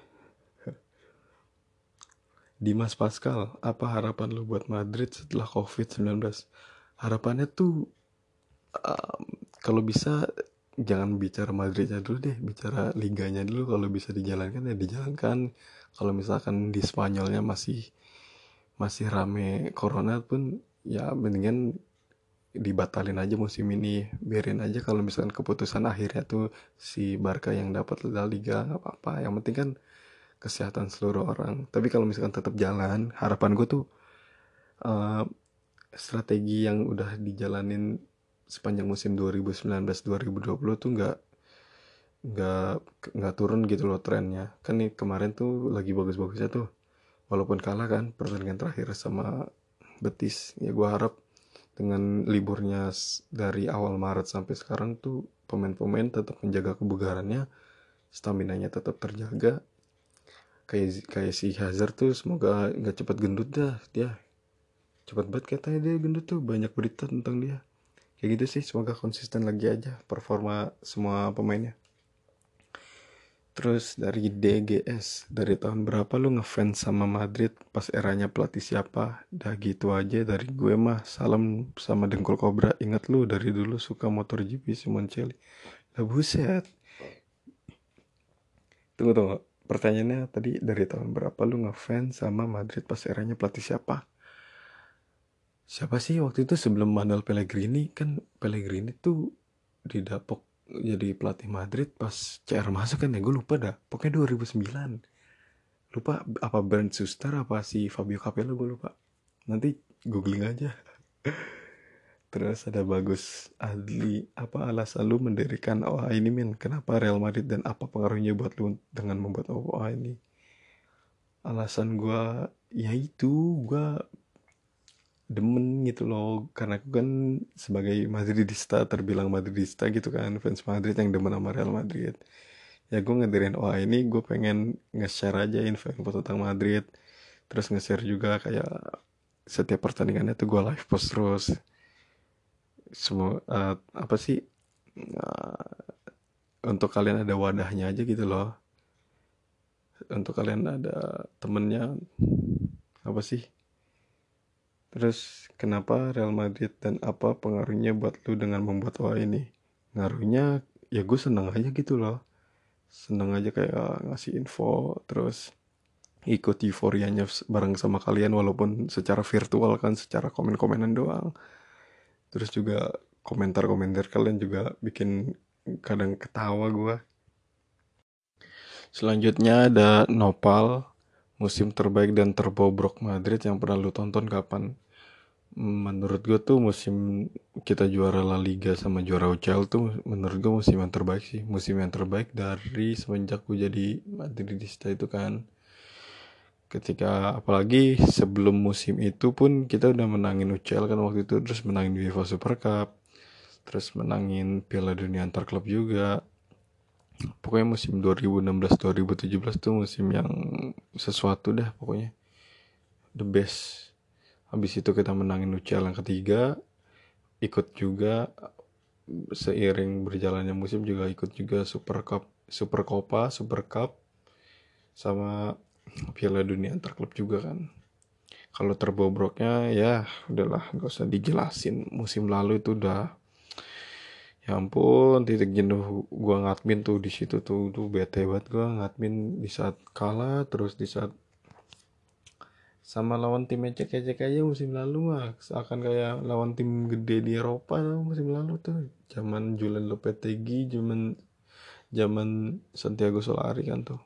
Dimas Pascal, apa harapan lu buat Madrid setelah covid sembilan belas? Harapannya tuh, um, kalau bisa jangan bicara Madridnya dulu deh, bicara liganya dulu. Kalau bisa dijalankan ya dijalankan. Kalau misalkan di Spanyolnya masih masih rame corona pun, ya mendingan dibatalin aja musim ini, biarin aja. Kalau misalkan keputusan akhirnya tuh si Barca yang dapat La Liga, nggak apa-apa, yang penting kan kesehatan seluruh orang. Tapi kalau misalkan tetap jalan, harapan gue tuh, uh, strategi yang udah dijalanin sepanjang musim dua ribu sembilan belas dua ribu dua puluh tuh nggak nggak nggak turun gitu loh trennya. Kan nih kemarin tuh lagi bagus-bagusnya tuh, walaupun kalah kan pertandingan terakhir sama Betis. Ya gue harap dengan liburnya dari awal Maret sampai sekarang tuh pemain-pemain tetap menjaga kebugarannya, stamina-nya tetap terjaga. Kayak kayak si Hazard tuh semoga nggak cepat gendut dah dia. Cepat banget katanya dia gendut tuh, banyak berita tentang dia. Kayak gitu sih, semoga konsisten lagi aja performa semua pemainnya. Terus dari D G S, dari tahun berapa lu ngefans sama Madrid, pas eranya pelatih siapa? Dah gitu aja dari gue mah, salam sama Dengkul Cobra. Ingat lu dari dulu suka motor G P Simoncelli. Lah buset. Tunggu tunggu. Pertanyaannya tadi dari tahun berapa lu ngefans sama Madrid, pas eranya pelatih siapa? Siapa sih waktu itu sebelum Manuel Pellegrini? Kan Pellegrini tuh didapok jadi pelatih Madrid pas C R masuk kan ya, gue lupa dah. Pokoknya dua ribu sembilan. Lupa apa Bernd Schuster apa si Fabio Capello, gue lupa. Nanti googling aja. Terus ada Bagus Adli, apa alasan lu mendirikan O A ini Min? Kenapa Real Madrid dan apa pengaruhnya buat lu dengan membuat O A ini? Alasan gue ya itu, gue demen gitu loh, karena aku kan sebagai Madridista, terbilang Madridista gitu kan, fans Madrid yang demen sama Real Madrid. Ya gue ngedirin O A ini, gue pengen nge-share aja info-info tentang Madrid, terus nge-share juga kayak setiap pertandingannya tuh gue live post terus. Semua uh, apa sih, uh, untuk kalian ada wadahnya aja gitu loh, untuk kalian ada temennya apa sih. Terus kenapa Real Madrid dan apa pengaruhnya buat lu dengan membuat O A ini? Ngaruhnya ya gue seneng aja gitu loh, seneng aja kayak ngasih info, terus ikut euforianya bareng sama kalian walaupun secara virtual kan, secara komen-komenan doang. Terus juga komentar-komentar kalian juga bikin kadang ketawa gue. Selanjutnya ada Nopal, musim terbaik dan terbobrok Madrid yang pernah lu tonton kapan? Menurut gue tuh musim kita juara La Liga sama juara U C L tuh menurut gue musim yang terbaik sih. Musim yang terbaik dari semenjak gue jadi Madridista itu kan. Ketika apalagi sebelum musim itu pun kita udah menangin U C L kan waktu itu, terus menangin UEFA Super Cup, terus menangin Piala Dunia antar klub juga. Pokoknya musim dua ribu enam belas dua ribu tujuh belas tuh musim yang sesuatu dah pokoknya. The best. Habis itu kita menangin U C L yang ketiga, ikut juga seiring berjalannya musim juga ikut juga Super Cup, Super Copa, Super Cup, sama Piala Dunia antar klub juga kan. Kalau terbobroknya ya udahlah gak usah dijelasin. Musim lalu itu udah, ya ampun, titik jenuh gua ngadmin tuh di situ tuh, tuh bete banget gua ngadmin di saat kalah terus di saat sama lawan tim ecek-ecek aja musim lalu mah seakan kayak lawan tim gede di Eropa tuh musim lalu tuh. Zaman Julen Lopetegui, zaman zaman Santiago Solari kan tuh.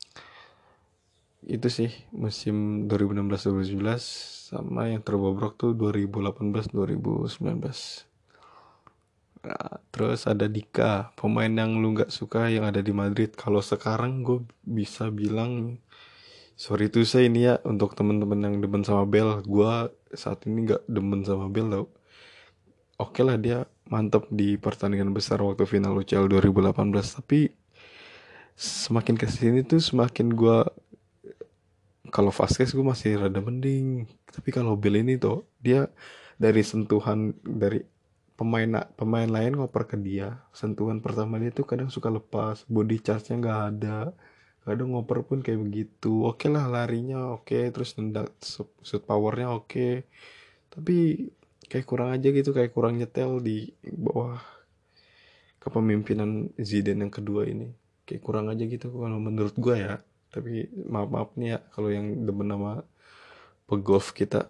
Itu sih musim dua ribu enam belas dua ribu tujuh belas, sama yang terbobrok tuh dua ribu delapan belas dua ribu sembilan belas. Nah, terus ada Dika, pemain yang lu nggak suka yang ada di Madrid. Kalau sekarang gue bisa bilang, sorry tuh saya ini ya untuk temen-temen yang demen sama Bell, gue saat ini nggak demen sama Bell tau. Oke lah dia mantep di pertandingan besar waktu final U C L dua ribu delapan belas, tapi semakin kesini tuh semakin gue, kalau Vasquez gue masih rada mending, tapi kalau Bell ini tuh dia dari sentuhan dari pemain pemain lain ngoper ke dia, sentuhan pertama dia tuh kadang suka lepas, body charge-nya nggak ada, kadang ngoper pun kayak begitu. Oke lah larinya oke, terus nendak shoot powernya oke, tapi kayak kurang aja gitu, kayak kurang nyetel di bawah kepemimpinan Zidane yang kedua ini, kayak kurang aja gitu kalau menurut gue ya. Tapi maaf maaf nih ya kalau yang demen nama pegolf kita.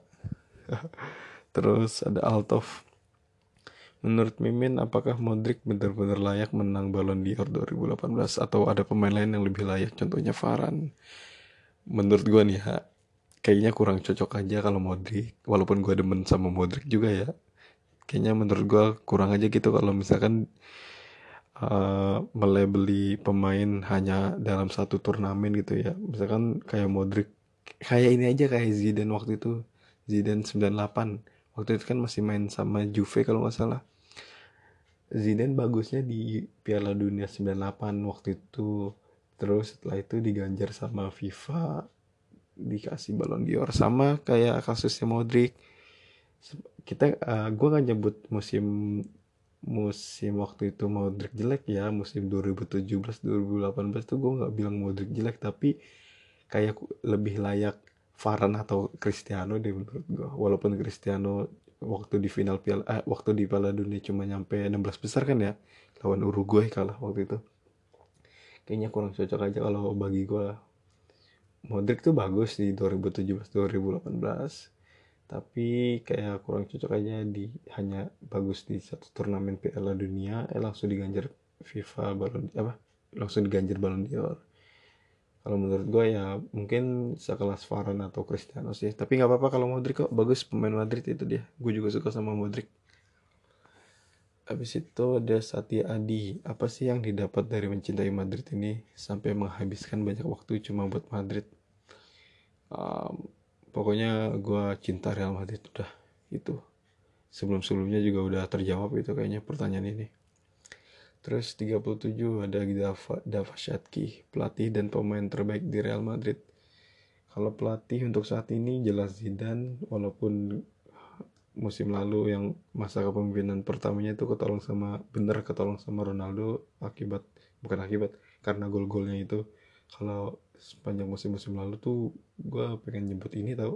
Terus ada Altov. Menurut Mimin, apakah Modric benar-benar layak menang Ballon d'Or dua ribu delapan belas atau ada pemain lain yang lebih layak, contohnya Varane? Menurut gue nih ya, kayaknya kurang cocok aja kalau Modric. Walaupun gue demen sama Modric juga ya, kayaknya menurut gue kurang aja gitu kalau misalkan uh, melebeli pemain hanya dalam satu turnamen gitu ya. Misalkan kayak Modric, kayak ini aja kayak Zidane waktu itu, Zidane sembilan delapan. Waktu itu kan masih main sama Juve kalau nggak salah. Zidane bagusnya di Piala Dunia sembilan delapan waktu itu. Terus setelah itu diganjar sama FIFA, dikasih Ballon d'Or, sama kayak kasusnya Modric. Kita uh, gue gak nyebut musim musim waktu itu Modric jelek ya, musim dua ribu tujuh belas dua ribu delapan belas tuh gue nggak bilang Modric jelek, tapi kayak lebih layak Varane atau Cristiano deh menurut gue. Walaupun Cristiano waktu di final piala eh, waktu di Piala Dunia cuma nyampe enam belas besar kan ya, lawan Uruguay kalah waktu itu. Kayaknya kurang cocok aja kalau bagi gue. Modric tuh bagus di dua ribu tujuh belas dua ribu delapan belas, tapi kayak kurang cocok aja di hanya bagus di satu turnamen Piala Dunia eh langsung diganjar FIFA Ballon apa langsung diganjar Ballon d'Or. Kalau menurut gue ya mungkin sekelas Varane atau Cristiano sih, tapi nggak apa-apa kalau Modric kok bagus, pemain Madrid itu dia, gue juga suka sama Modric. Habis itu ada Satya Adi, apa sih yang didapat dari mencintai Madrid ini sampai menghabiskan banyak waktu cuma buat Madrid? um, Pokoknya gue cinta Real Madrid udah itu. Sebelum-sebelumnya juga udah terjawab itu kayaknya pertanyaan ini. Terus tiga puluh tujuh ada Dava, Dava Shatki, pelatih dan pemain terbaik di Real Madrid. Kalau pelatih untuk saat ini jelas Zidane, walaupun musim lalu yang masa kepemimpinan pertamanya itu ketolong sama bener ketolong sama Ronaldo, akibat bukan akibat karena gol-golnya itu. Kalau sepanjang musim-musim lalu tuh gue pengen nyebut ini tau,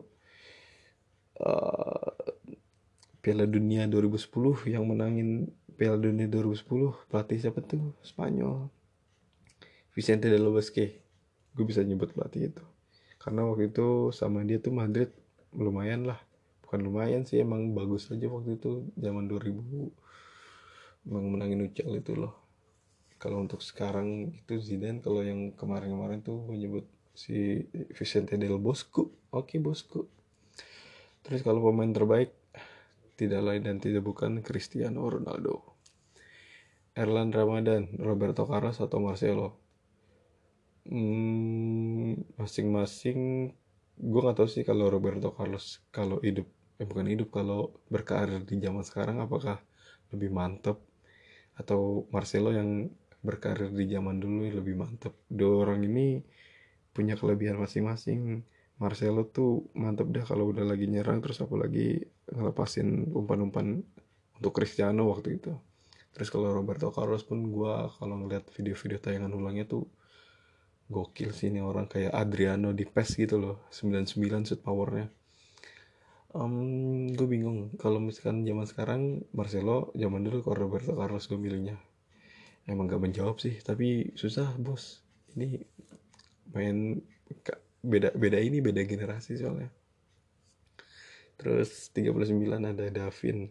uh, Piala Dunia dua ribu sepuluh yang menangin Piala Dunia dua ribu sepuluh, pelatih siapa tuh, Spanyol, Vicente del Bosque. Gue bisa nyebut pelatih itu karena waktu itu sama dia tuh Madrid lumayan lah, bukan lumayan sih, emang bagus aja waktu itu zaman dua ribu, emang menangin U C L itu loh. Kalau untuk sekarang itu Zidane, kalau yang kemarin-kemarin tuh gue nyebut si Vicente del Bosque. Oke Bosque. Terus kalau pemain terbaik tidak lain dan tidak bukan Cristiano Ronaldo, Erlan Ramadan, Roberto Carlos atau Marcelo. Hmm, masing-masing gue nggak tahu sih kalau Roberto Carlos kalau hidup eh bukan hidup kalau berkarir di zaman sekarang apakah lebih mantep, atau Marcelo yang berkarir di zaman dulu lebih mantep. Dua orang ini punya kelebihan masing-masing. Marcelo tuh mantep dah kalau udah lagi nyerang, terus apalagi ngelepasin umpan-umpan untuk Cristiano waktu itu. Terus kalau Roberto Carlos pun gue kalau ngeliat video-video tayangan ulangnya tuh gokil sih, ini orang kayak Adriano di PES gitu loh, sembilan puluh sembilan shoot powernya. Um, gue bingung kalau misalkan zaman sekarang Marcelo, zaman dulu kalau Roberto Carlos gue milihnya. Emang gak menjawab sih, tapi susah bos. Ini main beda beda ini beda generasi soalnya. Terus tiga puluh sembilan ada Davin.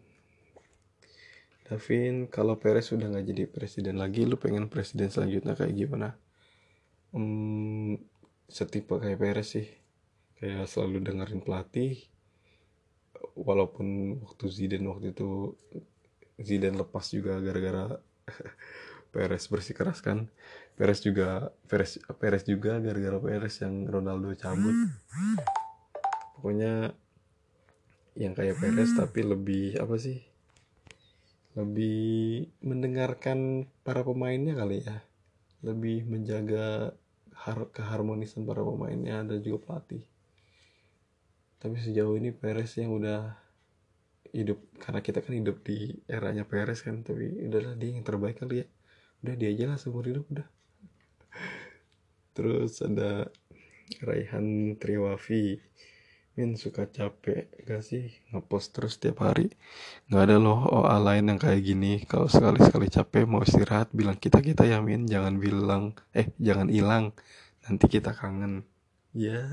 Davin, kalau Perez sudah nggak jadi presiden lagi, lu pengen presiden selanjutnya kayak gimana? Hmm, setipe kayak Perez sih. Kayak selalu dengerin pelatih. Walaupun waktu Zidane waktu itu Zidane lepas juga gara-gara Perez bersikeras kan. Perez juga Perez Perez juga gara-gara Perez yang Ronaldo cabut. Pokoknya yang kayak Perez tapi lebih apa sih? Lebih mendengarkan para pemainnya kali ya. Lebih menjaga har- keharmonisan para pemainnya dan juga pelatih. Tapi sejauh ini Perez yang udah hidup, karena kita kan hidup di eranya Perez kan, tapi udahlah dia yang terbaik kali ya. Udah dia aja lah seumur hidup udah. Terus ada Raihan Triwafi. Min, suka capek gak sih ngepost terus tiap hari? Gak ada loh O A lain yang kayak gini. Kalau sekali-sekali capek mau istirahat, bilang kita-kita ya Min. Jangan bilang, eh jangan hilang. Nanti kita kangen. Ya.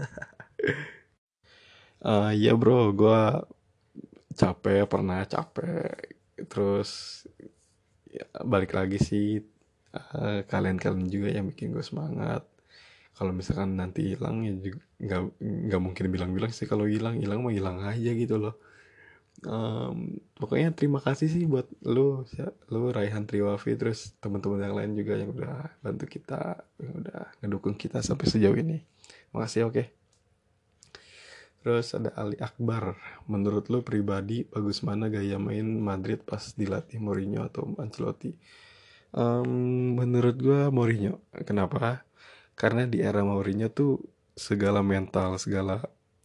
Yeah. Uh, ya bro, gue capek, pernah capek. Terus ya, balik lagi sih, uh, kalian-kalian juga yang bikin gue semangat. Kalau misalkan nanti hilang ya juga nggak nggak mungkin bilang-bilang sih, kalau hilang hilang mah hilang aja gitu loh. Um, pokoknya terima kasih sih buat lu lu Raihan Triwafi, terus teman-teman yang lain juga yang udah bantu kita, yang udah ngedukung kita sampai sejauh ini. Makasih. Oke. Okay. Terus ada Ali Akbar. Menurut lu pribadi bagus mana gaya main Madrid pas dilatih Mourinho atau Ancelotti? Um, menurut gua Mourinho. Kenapa? Karena di era Mourinho tuh segala mental, segala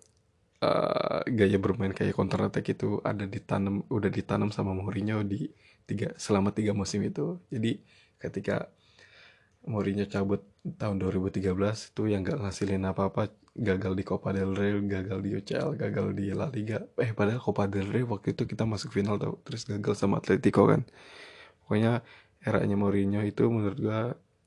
uh, gaya bermain kayak counter attack itu ada ditanam, udah ditanam sama Mourinho di tiga selama tiga musim itu. Jadi ketika Mourinho cabut tahun dua ribu tiga belas itu yang gak ngasilin apa-apa, gagal di Copa del Rey, gagal di U C L, gagal di La Liga. Eh padahal Copa del Rey waktu itu kita masuk final tau, terus gagal sama Atletico kan. Pokoknya eranya Mourinho itu menurut gua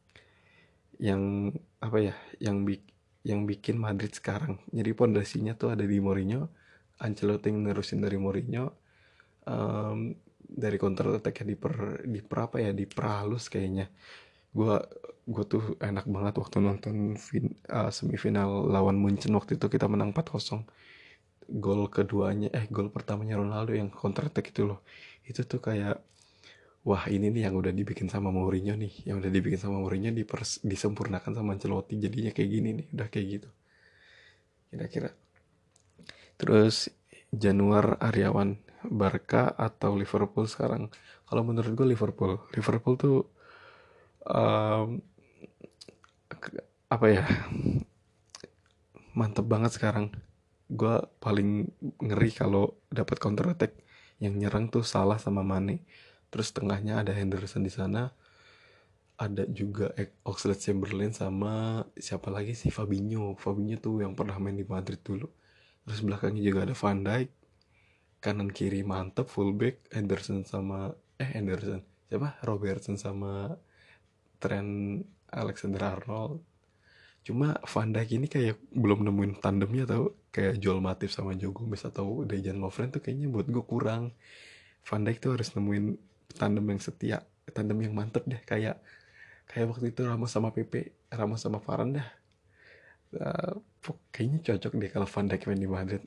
yang apa ya, yang bik yang bikin Madrid sekarang. Jadi pondasinya tuh ada di Mourinho. Ancelotti nerusin dari Mourinho, um, dari counter attack ya diper diper apa ya diperhalus kayaknya. Gua gue tuh enak banget waktu nonton fin, uh, semifinal lawan Munchen waktu itu kita menang empat kosong. Gol keduanya eh gol pertamanya Ronaldo yang counter attack itu loh. Itu tuh kayak wah ini nih yang udah dibikin sama Mourinho nih, yang udah dibikin sama Mourinho dipers, disempurnakan sama Ancelotti, jadinya kayak gini nih, udah kayak gitu kira-kira. Terus Januar Aryawan, Barca atau Liverpool sekarang? Kalau menurut gue Liverpool. Liverpool tuh um, apa ya, mantep banget sekarang. Gue paling ngeri kalau dapat counter attack yang nyerang tuh Salah sama Mane. Terus tengahnya ada Henderson di sana. Ada juga Oxlade-Chamberlain sama siapa lagi sih, Fabinho. Fabinho tuh yang pernah main di Madrid dulu. Terus belakangnya juga ada Van Dijk. Kanan kiri mantep, fullback Henderson sama eh Henderson siapa, Robertson sama Trent Alexander-Arnold. Cuma Van Dijk ini kayak belum nemuin tandemnya tau, kayak Joel Matip sama Joe Gomez atau Dejan Lovren tuh kayaknya buat gue kurang. Van Dijk tuh harus nemuin tandem yang setia, tandem yang mantep deh, kayak kayak waktu itu Ramos sama Pepe, Ramos sama Varane dah. Uh, kayaknya cocok deh kalau Van Dijk main di Madrid.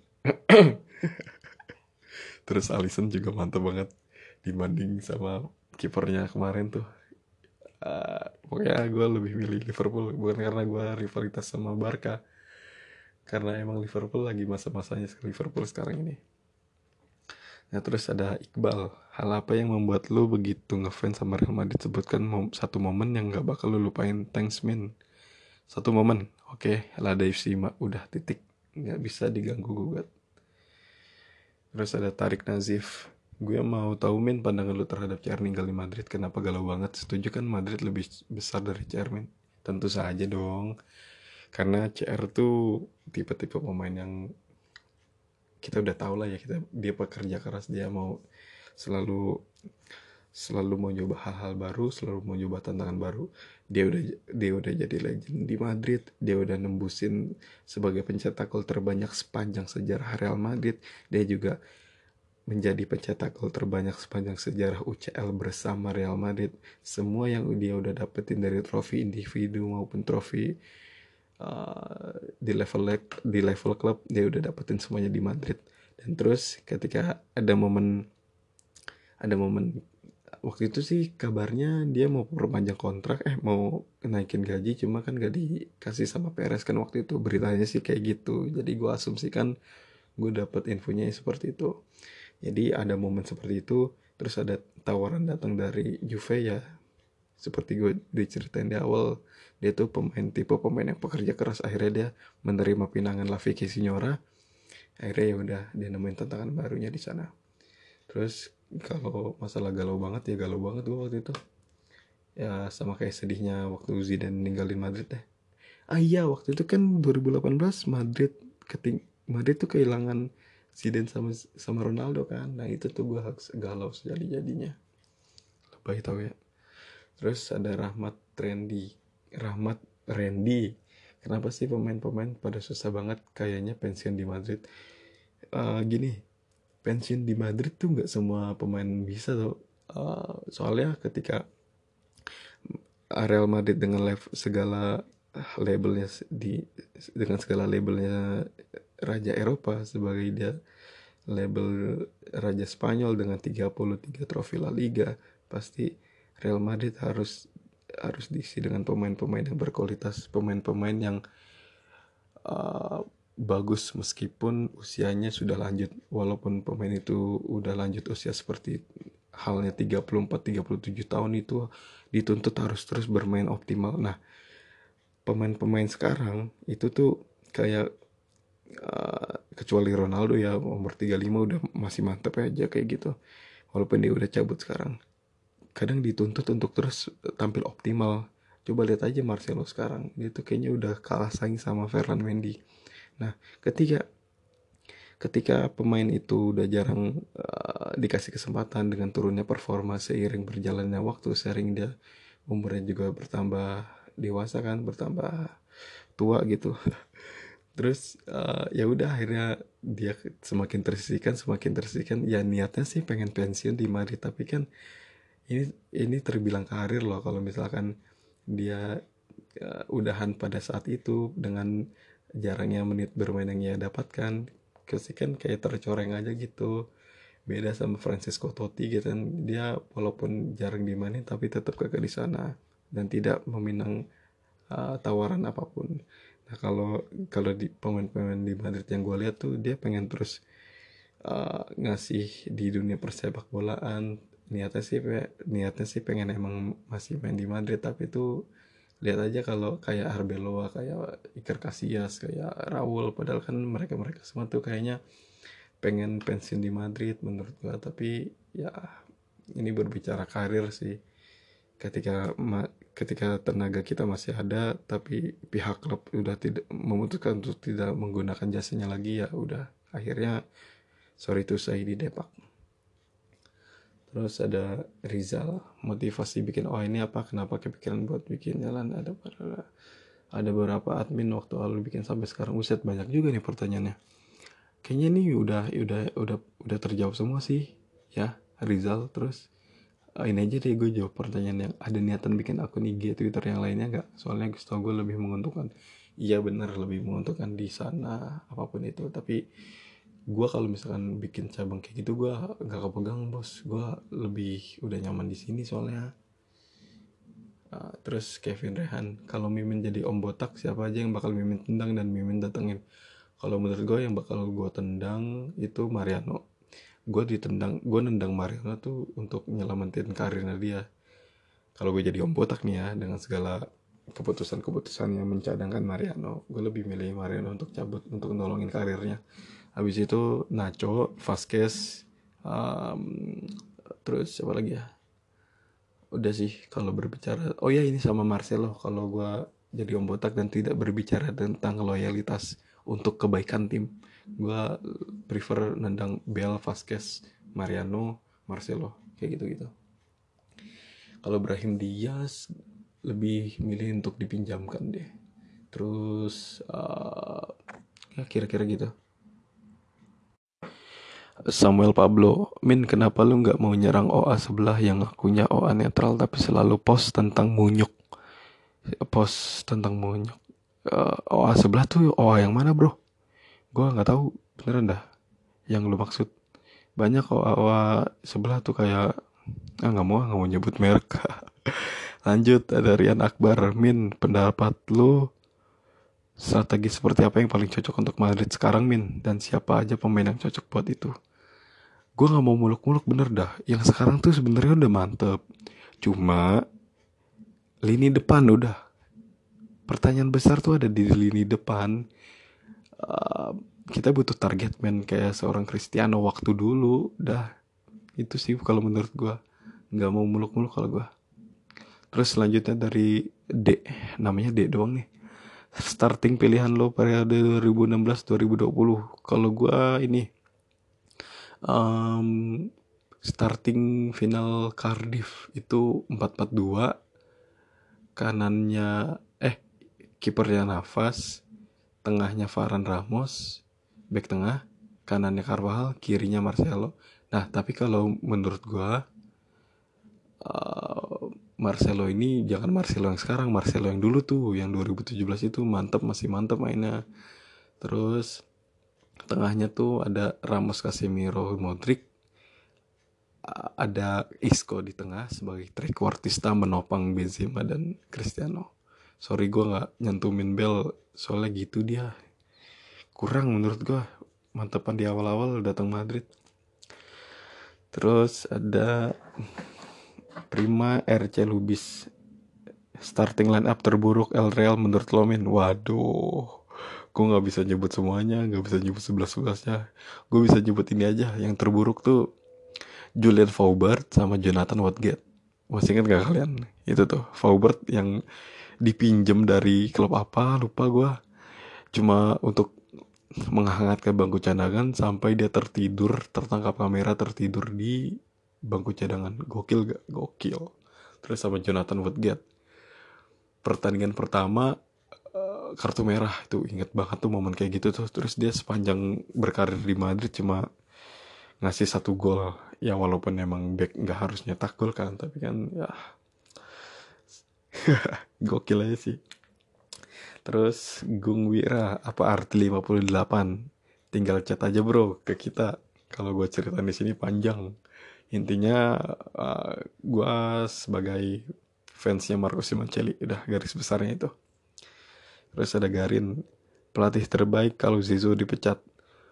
Terus Alisson juga mantep banget dibanding sama kipernya kemarin tuh. Uh, pokoknya gue lebih milih Liverpool, bukan karena gue rivalitas sama Barca, karena emang Liverpool lagi masa-masanya Liverpool sekarang ini. Nah terus ada Iqbal, hal apa yang membuat lu begitu ngefans sama Real Madrid? Sebutkan mom- satu momen yang gak bakal lu lupain. Thanks man. Satu momen, oke, okay, Lada F C, udah titik, nggak bisa diganggu gugat. Terus ada Tarik Nazif, gue mau tahu min pandangan lu terhadap C R ninggal di Madrid, kenapa galau banget? Setuju kan Madrid lebih besar dari C R min? Tentu saja dong, karena C R tuh tipe-tipe pemain yang kita udah tahu lah ya, kita dia pekerja keras, dia mau selalu selalu mau coba hal-hal baru, selalu mau coba tantangan baru. Dia udah dia udah jadi legend di Madrid, dia udah nembusin sebagai pencetak gol terbanyak sepanjang sejarah Real Madrid. Dia juga menjadi pencetak gol terbanyak sepanjang sejarah U C L bersama Real Madrid. Semua yang dia udah dapetin dari trofi individu maupun trofi uh, di level di level klub, dia udah dapetin semuanya di Madrid. Dan terus ketika ada momen ada momen waktu itu sih kabarnya dia mau perpanjang kontrak, eh mau naikin gaji, cuma kan gak dikasih sama Perez kan waktu itu, beritanya sih kayak gitu. Jadi gue asumsikan, gue dapet infonya seperti itu. Jadi ada momen seperti itu, terus ada tawaran datang dari Juve ya, seperti gue diceritain di awal, dia tuh pemain tipe pemain yang pekerja keras. Akhirnya dia menerima pinangan La Vicky Signora. Akhirnya ya udah, dia nemuin tantangan barunya di sana. Terus kalau masalah galau banget, ya galau banget gue waktu itu. Ya sama kayak sedihnya waktu Zidane ninggalin Madrid deh. Ah iya, waktu itu kan dua ribu delapan belas Madrid keting Madrid tuh kehilangan Zidane sama sama Ronaldo kan. Nah itu tuh gue galau sejadi-jadinya. Lebay tau ya. Terus ada Rahmat Randy. Rahmat Randy. Kenapa sih pemain-pemain pada susah banget kayaknya pensiun di Madrid? Uh, gini, pensiun di Madrid tuh nggak semua pemain bisa tuh. Uh, soalnya ketika Real Madrid dengan level, segala labelnya di dengan segala labelnya Raja Eropa, sebagai dia label Raja Spanyol dengan tiga puluh tiga trofi La Liga, pasti Real Madrid harus harus diisi dengan pemain-pemain yang berkualitas, pemain-pemain yang uh, bagus meskipun usianya sudah lanjut. Walaupun pemain itu udah lanjut usia seperti halnya tiga puluh empat tiga puluh tujuh tahun, itu dituntut harus terus bermain optimal. Nah, pemain-pemain sekarang itu tuh kayak uh, kecuali Ronaldo ya, umur tiga puluh lima udah masih mantep aja kayak gitu. Walaupun dia udah cabut sekarang, kadang dituntut untuk terus tampil optimal. Coba lihat aja Marcelo sekarang, dia tuh kayaknya udah kalah saing sama Ferland Mendy. Nah, ketika ketika pemain itu udah jarang uh, dikasih kesempatan dengan turunnya performa seiring berjalannya waktu, sering dia umurnya juga bertambah dewasa kan, bertambah tua gitu. Terus uh, ya udah akhirnya dia semakin tersisihkan, semakin tersisihkan. Ya niatnya sih pengen pensiun di Madrid, tapi kan ini ini terbilang karir loh kalau misalkan dia uh, udahan pada saat itu dengan jarangnya menit bermain yang ia dapatkan. Kasih kan kayak tercoreng aja gitu. Beda sama Francisco Totti gitu kan, dia walaupun jarang dimainin tapi tetap kagak di sana dan tidak meminang uh, tawaran apapun. Nah kalau kalau di pemain-pemain di Madrid yang gue lihat tuh, dia pengen terus uh, ngasih di dunia persepak bolaan. Niatnya sih niatnya sih pengen emang masih main di Madrid, tapi tuh lihat aja kalau kayak Arbeloa, kayak Iker Casillas, kayak Raul, padahal kan mereka-mereka semua tuh kayaknya pengen pensiun di Madrid menurut gua. Tapi ya ini berbicara karir sih, ketika ma- ketika tenaga kita masih ada tapi pihak klub udah tidak memutuskan untuk tidak menggunakan jasanya lagi, ya udah akhirnya sorry to say di Depak. Terus ada Rizal, motivasi bikin oh ini apa, kenapa kepikiran buat bikin jalan. Ada ada beberapa admin waktu lalu bikin sampai sekarang. Uset, banyak juga nih pertanyaannya. Kayaknya ini udah udah udah udah terjawab semua sih ya Rizal. Terus uh, ini aja deh gue jawab pertanyaan yang ada niatan bikin akun I G Twitter yang lainnya nggak, soalnya gue gue lebih menguntungkan. Iya bener, lebih menguntungkan di sana apapun itu. Tapi gue kalau misalkan bikin cabang kayak gitu, gue nggak kepegang bos. Gue lebih udah nyaman di sini soalnya. Uh, terus Kevin Rehan, kalau Mimin jadi om botak, siapa aja yang bakal Mimin tendang dan Mimin datengin? Kalau menurut gue yang bakal gue tendang itu Mariano. Gue ditendang, gue nendang Mariano tuh untuk nyelamatin karirnya dia. Kalau gue jadi om botak nih ya, dengan segala keputusan-keputusan yang mencadangkan Mariano, gue lebih milih Mariano untuk cabut, untuk nolongin karirnya. Habis itu Nacho, Vasquez, um, terus siapa lagi ya? Udah sih kalau berbicara. Oh ya ini sama Marcelo, kalau gue jadi om botak dan tidak berbicara tentang loyalitas untuk kebaikan tim. gue prefer nendang Bale, Vasquez, Mariano, Marcelo kayak gitu-gitu. Kalau Brahim Diaz lebih milih untuk dipinjamkan deh. Terus uh, ya kira-kira gitu. Samuel Pablo, Min kenapa lu nggak mau nyerang O A sebelah yang ngakunya O A netral tapi selalu post tentang Munyuk? Post tentang Munyuk. Uh, O A sebelah tuh O A yang mana bro? Gua nggak tahu beneran dah. Yang lu maksud banyak O A O A sebelah tuh kayak ah nggak mau nggak mau nyebut merek. Lanjut ada Rian Akbar, Min pendapat lu strategi seperti apa yang paling cocok untuk Madrid sekarang Min dan siapa aja pemain yang cocok buat itu? Gue nggak mau muluk-muluk bener dah. Yang sekarang tuh sebenarnya udah mantep. Cuma lini depan udah. Pertanyaan besar tuh ada di lini depan. Uh, kita butuh target man kayak seorang Cristiano waktu dulu. Dah itu sih kalau menurut gue. Nggak mau muluk-muluk kalau gue. Terus selanjutnya dari D. Namanya D doang nih. Starting pilihan lo periode dua ribu enam belas dua ribu dua puluh. Kalau gue ini um, starting final Cardiff itu empat empat dua, kanannya eh kipernya Navas, tengahnya Varane Ramos, back tengah, kanannya Carvajal, kirinya Marcelo. Nah, tapi kalau menurut gua uh, Marcelo ini jangan Marcelo yang sekarang, Marcelo yang dulu tuh, yang dua ribu tujuh belas itu mantep, masih mantep mainnya. Terus tengahnya tuh ada Ramos, Casemiro, Modric, ada Isco di tengah sebagai trequartista menopang Benzema dan Cristiano. Sorry gue nggak nyantumin Bell soalnya gitu dia kurang menurut gue mantepan di awal-awal datang Madrid. Terus ada Prima R C Lubis, starting line up terburuk El Real menurut Lomin. Waduh, gue nggak bisa nyebut semuanya, nggak bisa nyebut sebelas sebelasnya. Gue bisa nyebut ini aja yang terburuk tuh Julian Faubert sama Jonathan Woodgate. Masih ingat gak kalian? Itu tuh Faubert yang dipinjem dari klub apa lupa gue. Cuma untuk menghangatkan bangku cadangan sampai dia tertidur, tertangkap kamera tertidur di bangku cadangan. Gokil gak? Gokil. Terus sama Jonathan Woodgate. Pertandingan pertama uh, kartu merah itu inget banget tuh momen kayak gitu tuh. Terus dia sepanjang berkarir di Madrid cuma ngasih satu gol ya walaupun emang back nggak harus nyetak gol kan tapi kan ya gokil aja sih. Terus Gung Wira apa arti lima puluh delapan tinggal chat aja bro ke kita kalau gue ceritain di sini panjang. Intinya uh, gue sebagai fansnya Marco Simoncelli udah garis besarnya itu. Terus ada Garin pelatih terbaik kalau Zizou dipecat.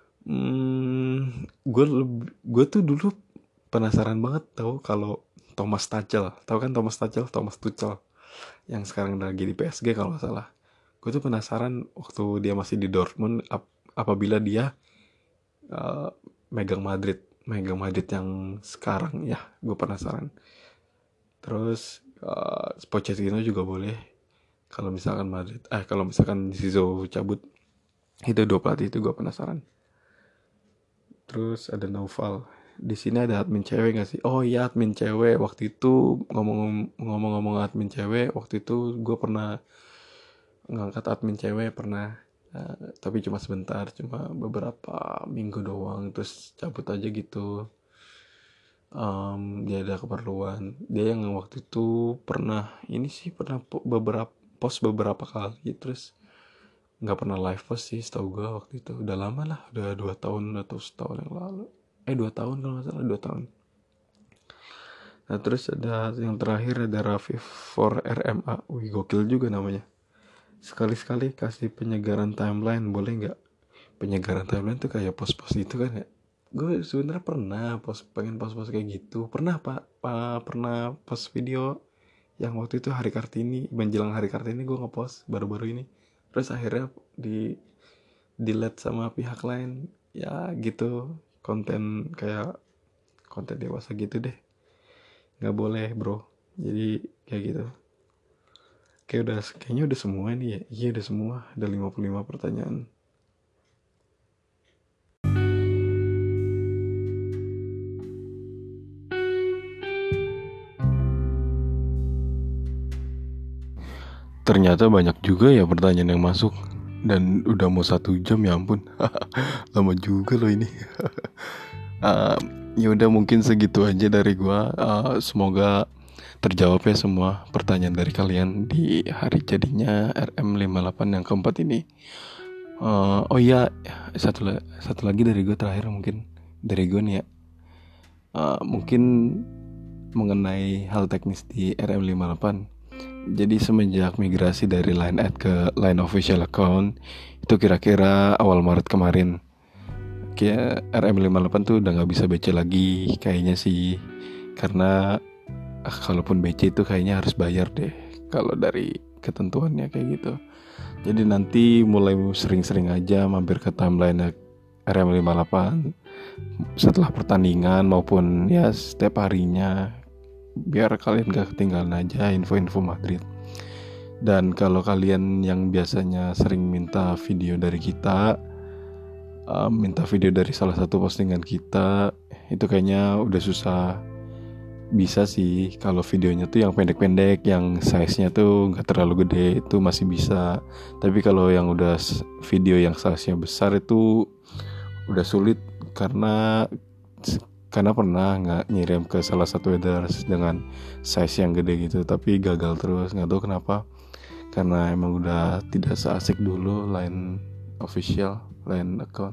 Hmm, gue gue tuh dulu penasaran banget tahu kalau Thomas Tuchel, tahu kan Thomas Tuchel, Thomas Tuchel yang sekarang lagi di P S G kalau nggak salah. Gue tuh penasaran waktu dia masih di Dortmund ap- apabila dia uh, megang Madrid, megang Madrid yang sekarang ya, gue penasaran. Terus uh, Pochettino juga boleh kalau misalkan Madrid, eh kalau misalkan Zizou cabut, itu dua pelatih itu gue penasaran. Terus ada Naufal. Di sini ada admin cewek gak sih? Oh iya admin cewek. Waktu itu ngomong-ngomong admin cewek, waktu itu gue pernah ngangkat admin cewek pernah. Uh, tapi cuma sebentar, cuma beberapa minggu doang. Terus cabut aja gitu. Um, dia ada keperluan. Dia yang waktu itu pernah ini sih pernah beberapa post beberapa kali. Terus nggak pernah live post sih setahu gue waktu itu udah lama lah udah dua tahun atau setahun yang lalu eh dua tahun kalau nggak salah dua tahun. Nah terus ada yang terakhir ada Rafif for R M A, wih gokil juga namanya. Sekali-sekali kasih penyegaran timeline boleh nggak? Penyegaran timeline tuh kayak post-post itu kan ya. Gue sebenarnya pernah post pengen post-post kayak gitu pernah pak pa, pernah post video yang waktu itu hari Kartini menjelang hari Kartini gue ngepost baru-baru ini. Terus akhirnya di delete sama pihak lain ya gitu konten kayak konten dewasa gitu deh nggak boleh bro jadi kayak gitu. Kayak udah kayaknya udah semua nih ya. Iya udah semua, ada lima puluh lima pertanyaan. ternyata banyak juga ya pertanyaan yang masuk. Dan udah mau satu jam, ya ampun. Lama juga loh ini. uh, Ya udah, mungkin segitu aja dari gua. Uh, semoga terjawab ya semua pertanyaan dari kalian di hari jadinya R M lima puluh delapan yang keempat ini. Uh, oh iya, satu la- satu lagi dari gue terakhir, mungkin dari gue nih ya. Uh, mungkin mengenai hal teknis di R M lima puluh delapan. Jadi semenjak migrasi dari Line Ad ke Line Official Account, itu kira-kira awal Maret kemarin, kayak R M lima puluh delapan tuh udah gak bisa B C lagi kayaknya sih. Karena ah, kalaupun B C itu kayaknya harus bayar deh, kalau dari ketentuannya kayak gitu. Jadi nanti mulai sering-sering aja mampir ke timeline R M lima puluh delapan setelah pertandingan maupun ya setiap harinya, biar kalian gak ketinggalan aja info-info Madrid. Dan kalau kalian yang biasanya sering minta video dari kita, uh, minta video dari salah satu postingan kita, itu kayaknya udah susah bisa sih. Kalau videonya tuh yang pendek-pendek, yang size-nya tuh gak terlalu gede, itu masih bisa. Tapi kalau yang udah video yang size-nya besar itu udah sulit, karena karena pernah nggak ngirim ke salah satu editors dengan size yang gede gitu, tapi gagal terus, nggak tahu kenapa. Karena emang udah tidak seasik dulu Line Official, Line Account.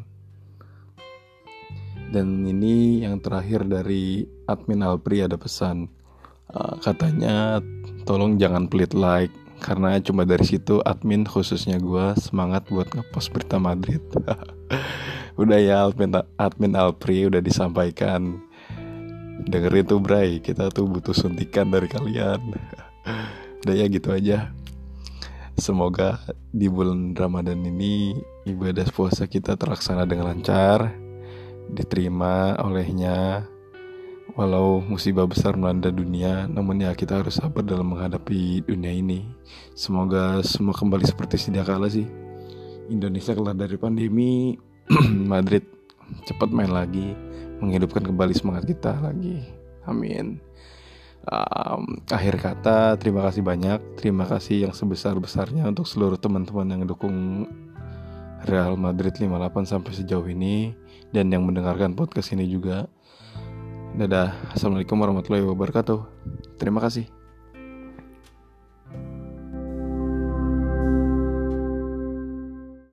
Dan ini yang terakhir dari admin Alpri, ada pesan, uh, katanya tolong jangan pelit like, karena cuma dari situ admin khususnya gue semangat buat ngepost berita Madrid. Udah ya admin, admin Alpri udah disampaikan. Dengerin tuh Bray, kita tuh butuh suntikan dari kalian. Udah ya gitu aja. Semoga di bulan Ramadan ini ibadah puasa kita terlaksana dengan lancar, diterima olehnya. Walau musibah besar melanda dunia, namun ya kita harus sabar dalam menghadapi dunia ini. Semoga semua kembali seperti sedia kala sih. Indonesia keluar dari pandemi, Madrid cepat main lagi, menghidupkan kembali semangat kita lagi. Amin. Um, akhir kata, terima kasih banyak. Terima kasih yang sebesar-besarnya untuk seluruh teman-teman yang dukung Real Madrid lima puluh delapan sampai sejauh ini, dan yang mendengarkan podcast ini juga. Dadah. Assalamualaikum warahmatullahi wabarakatuh. Terima kasih.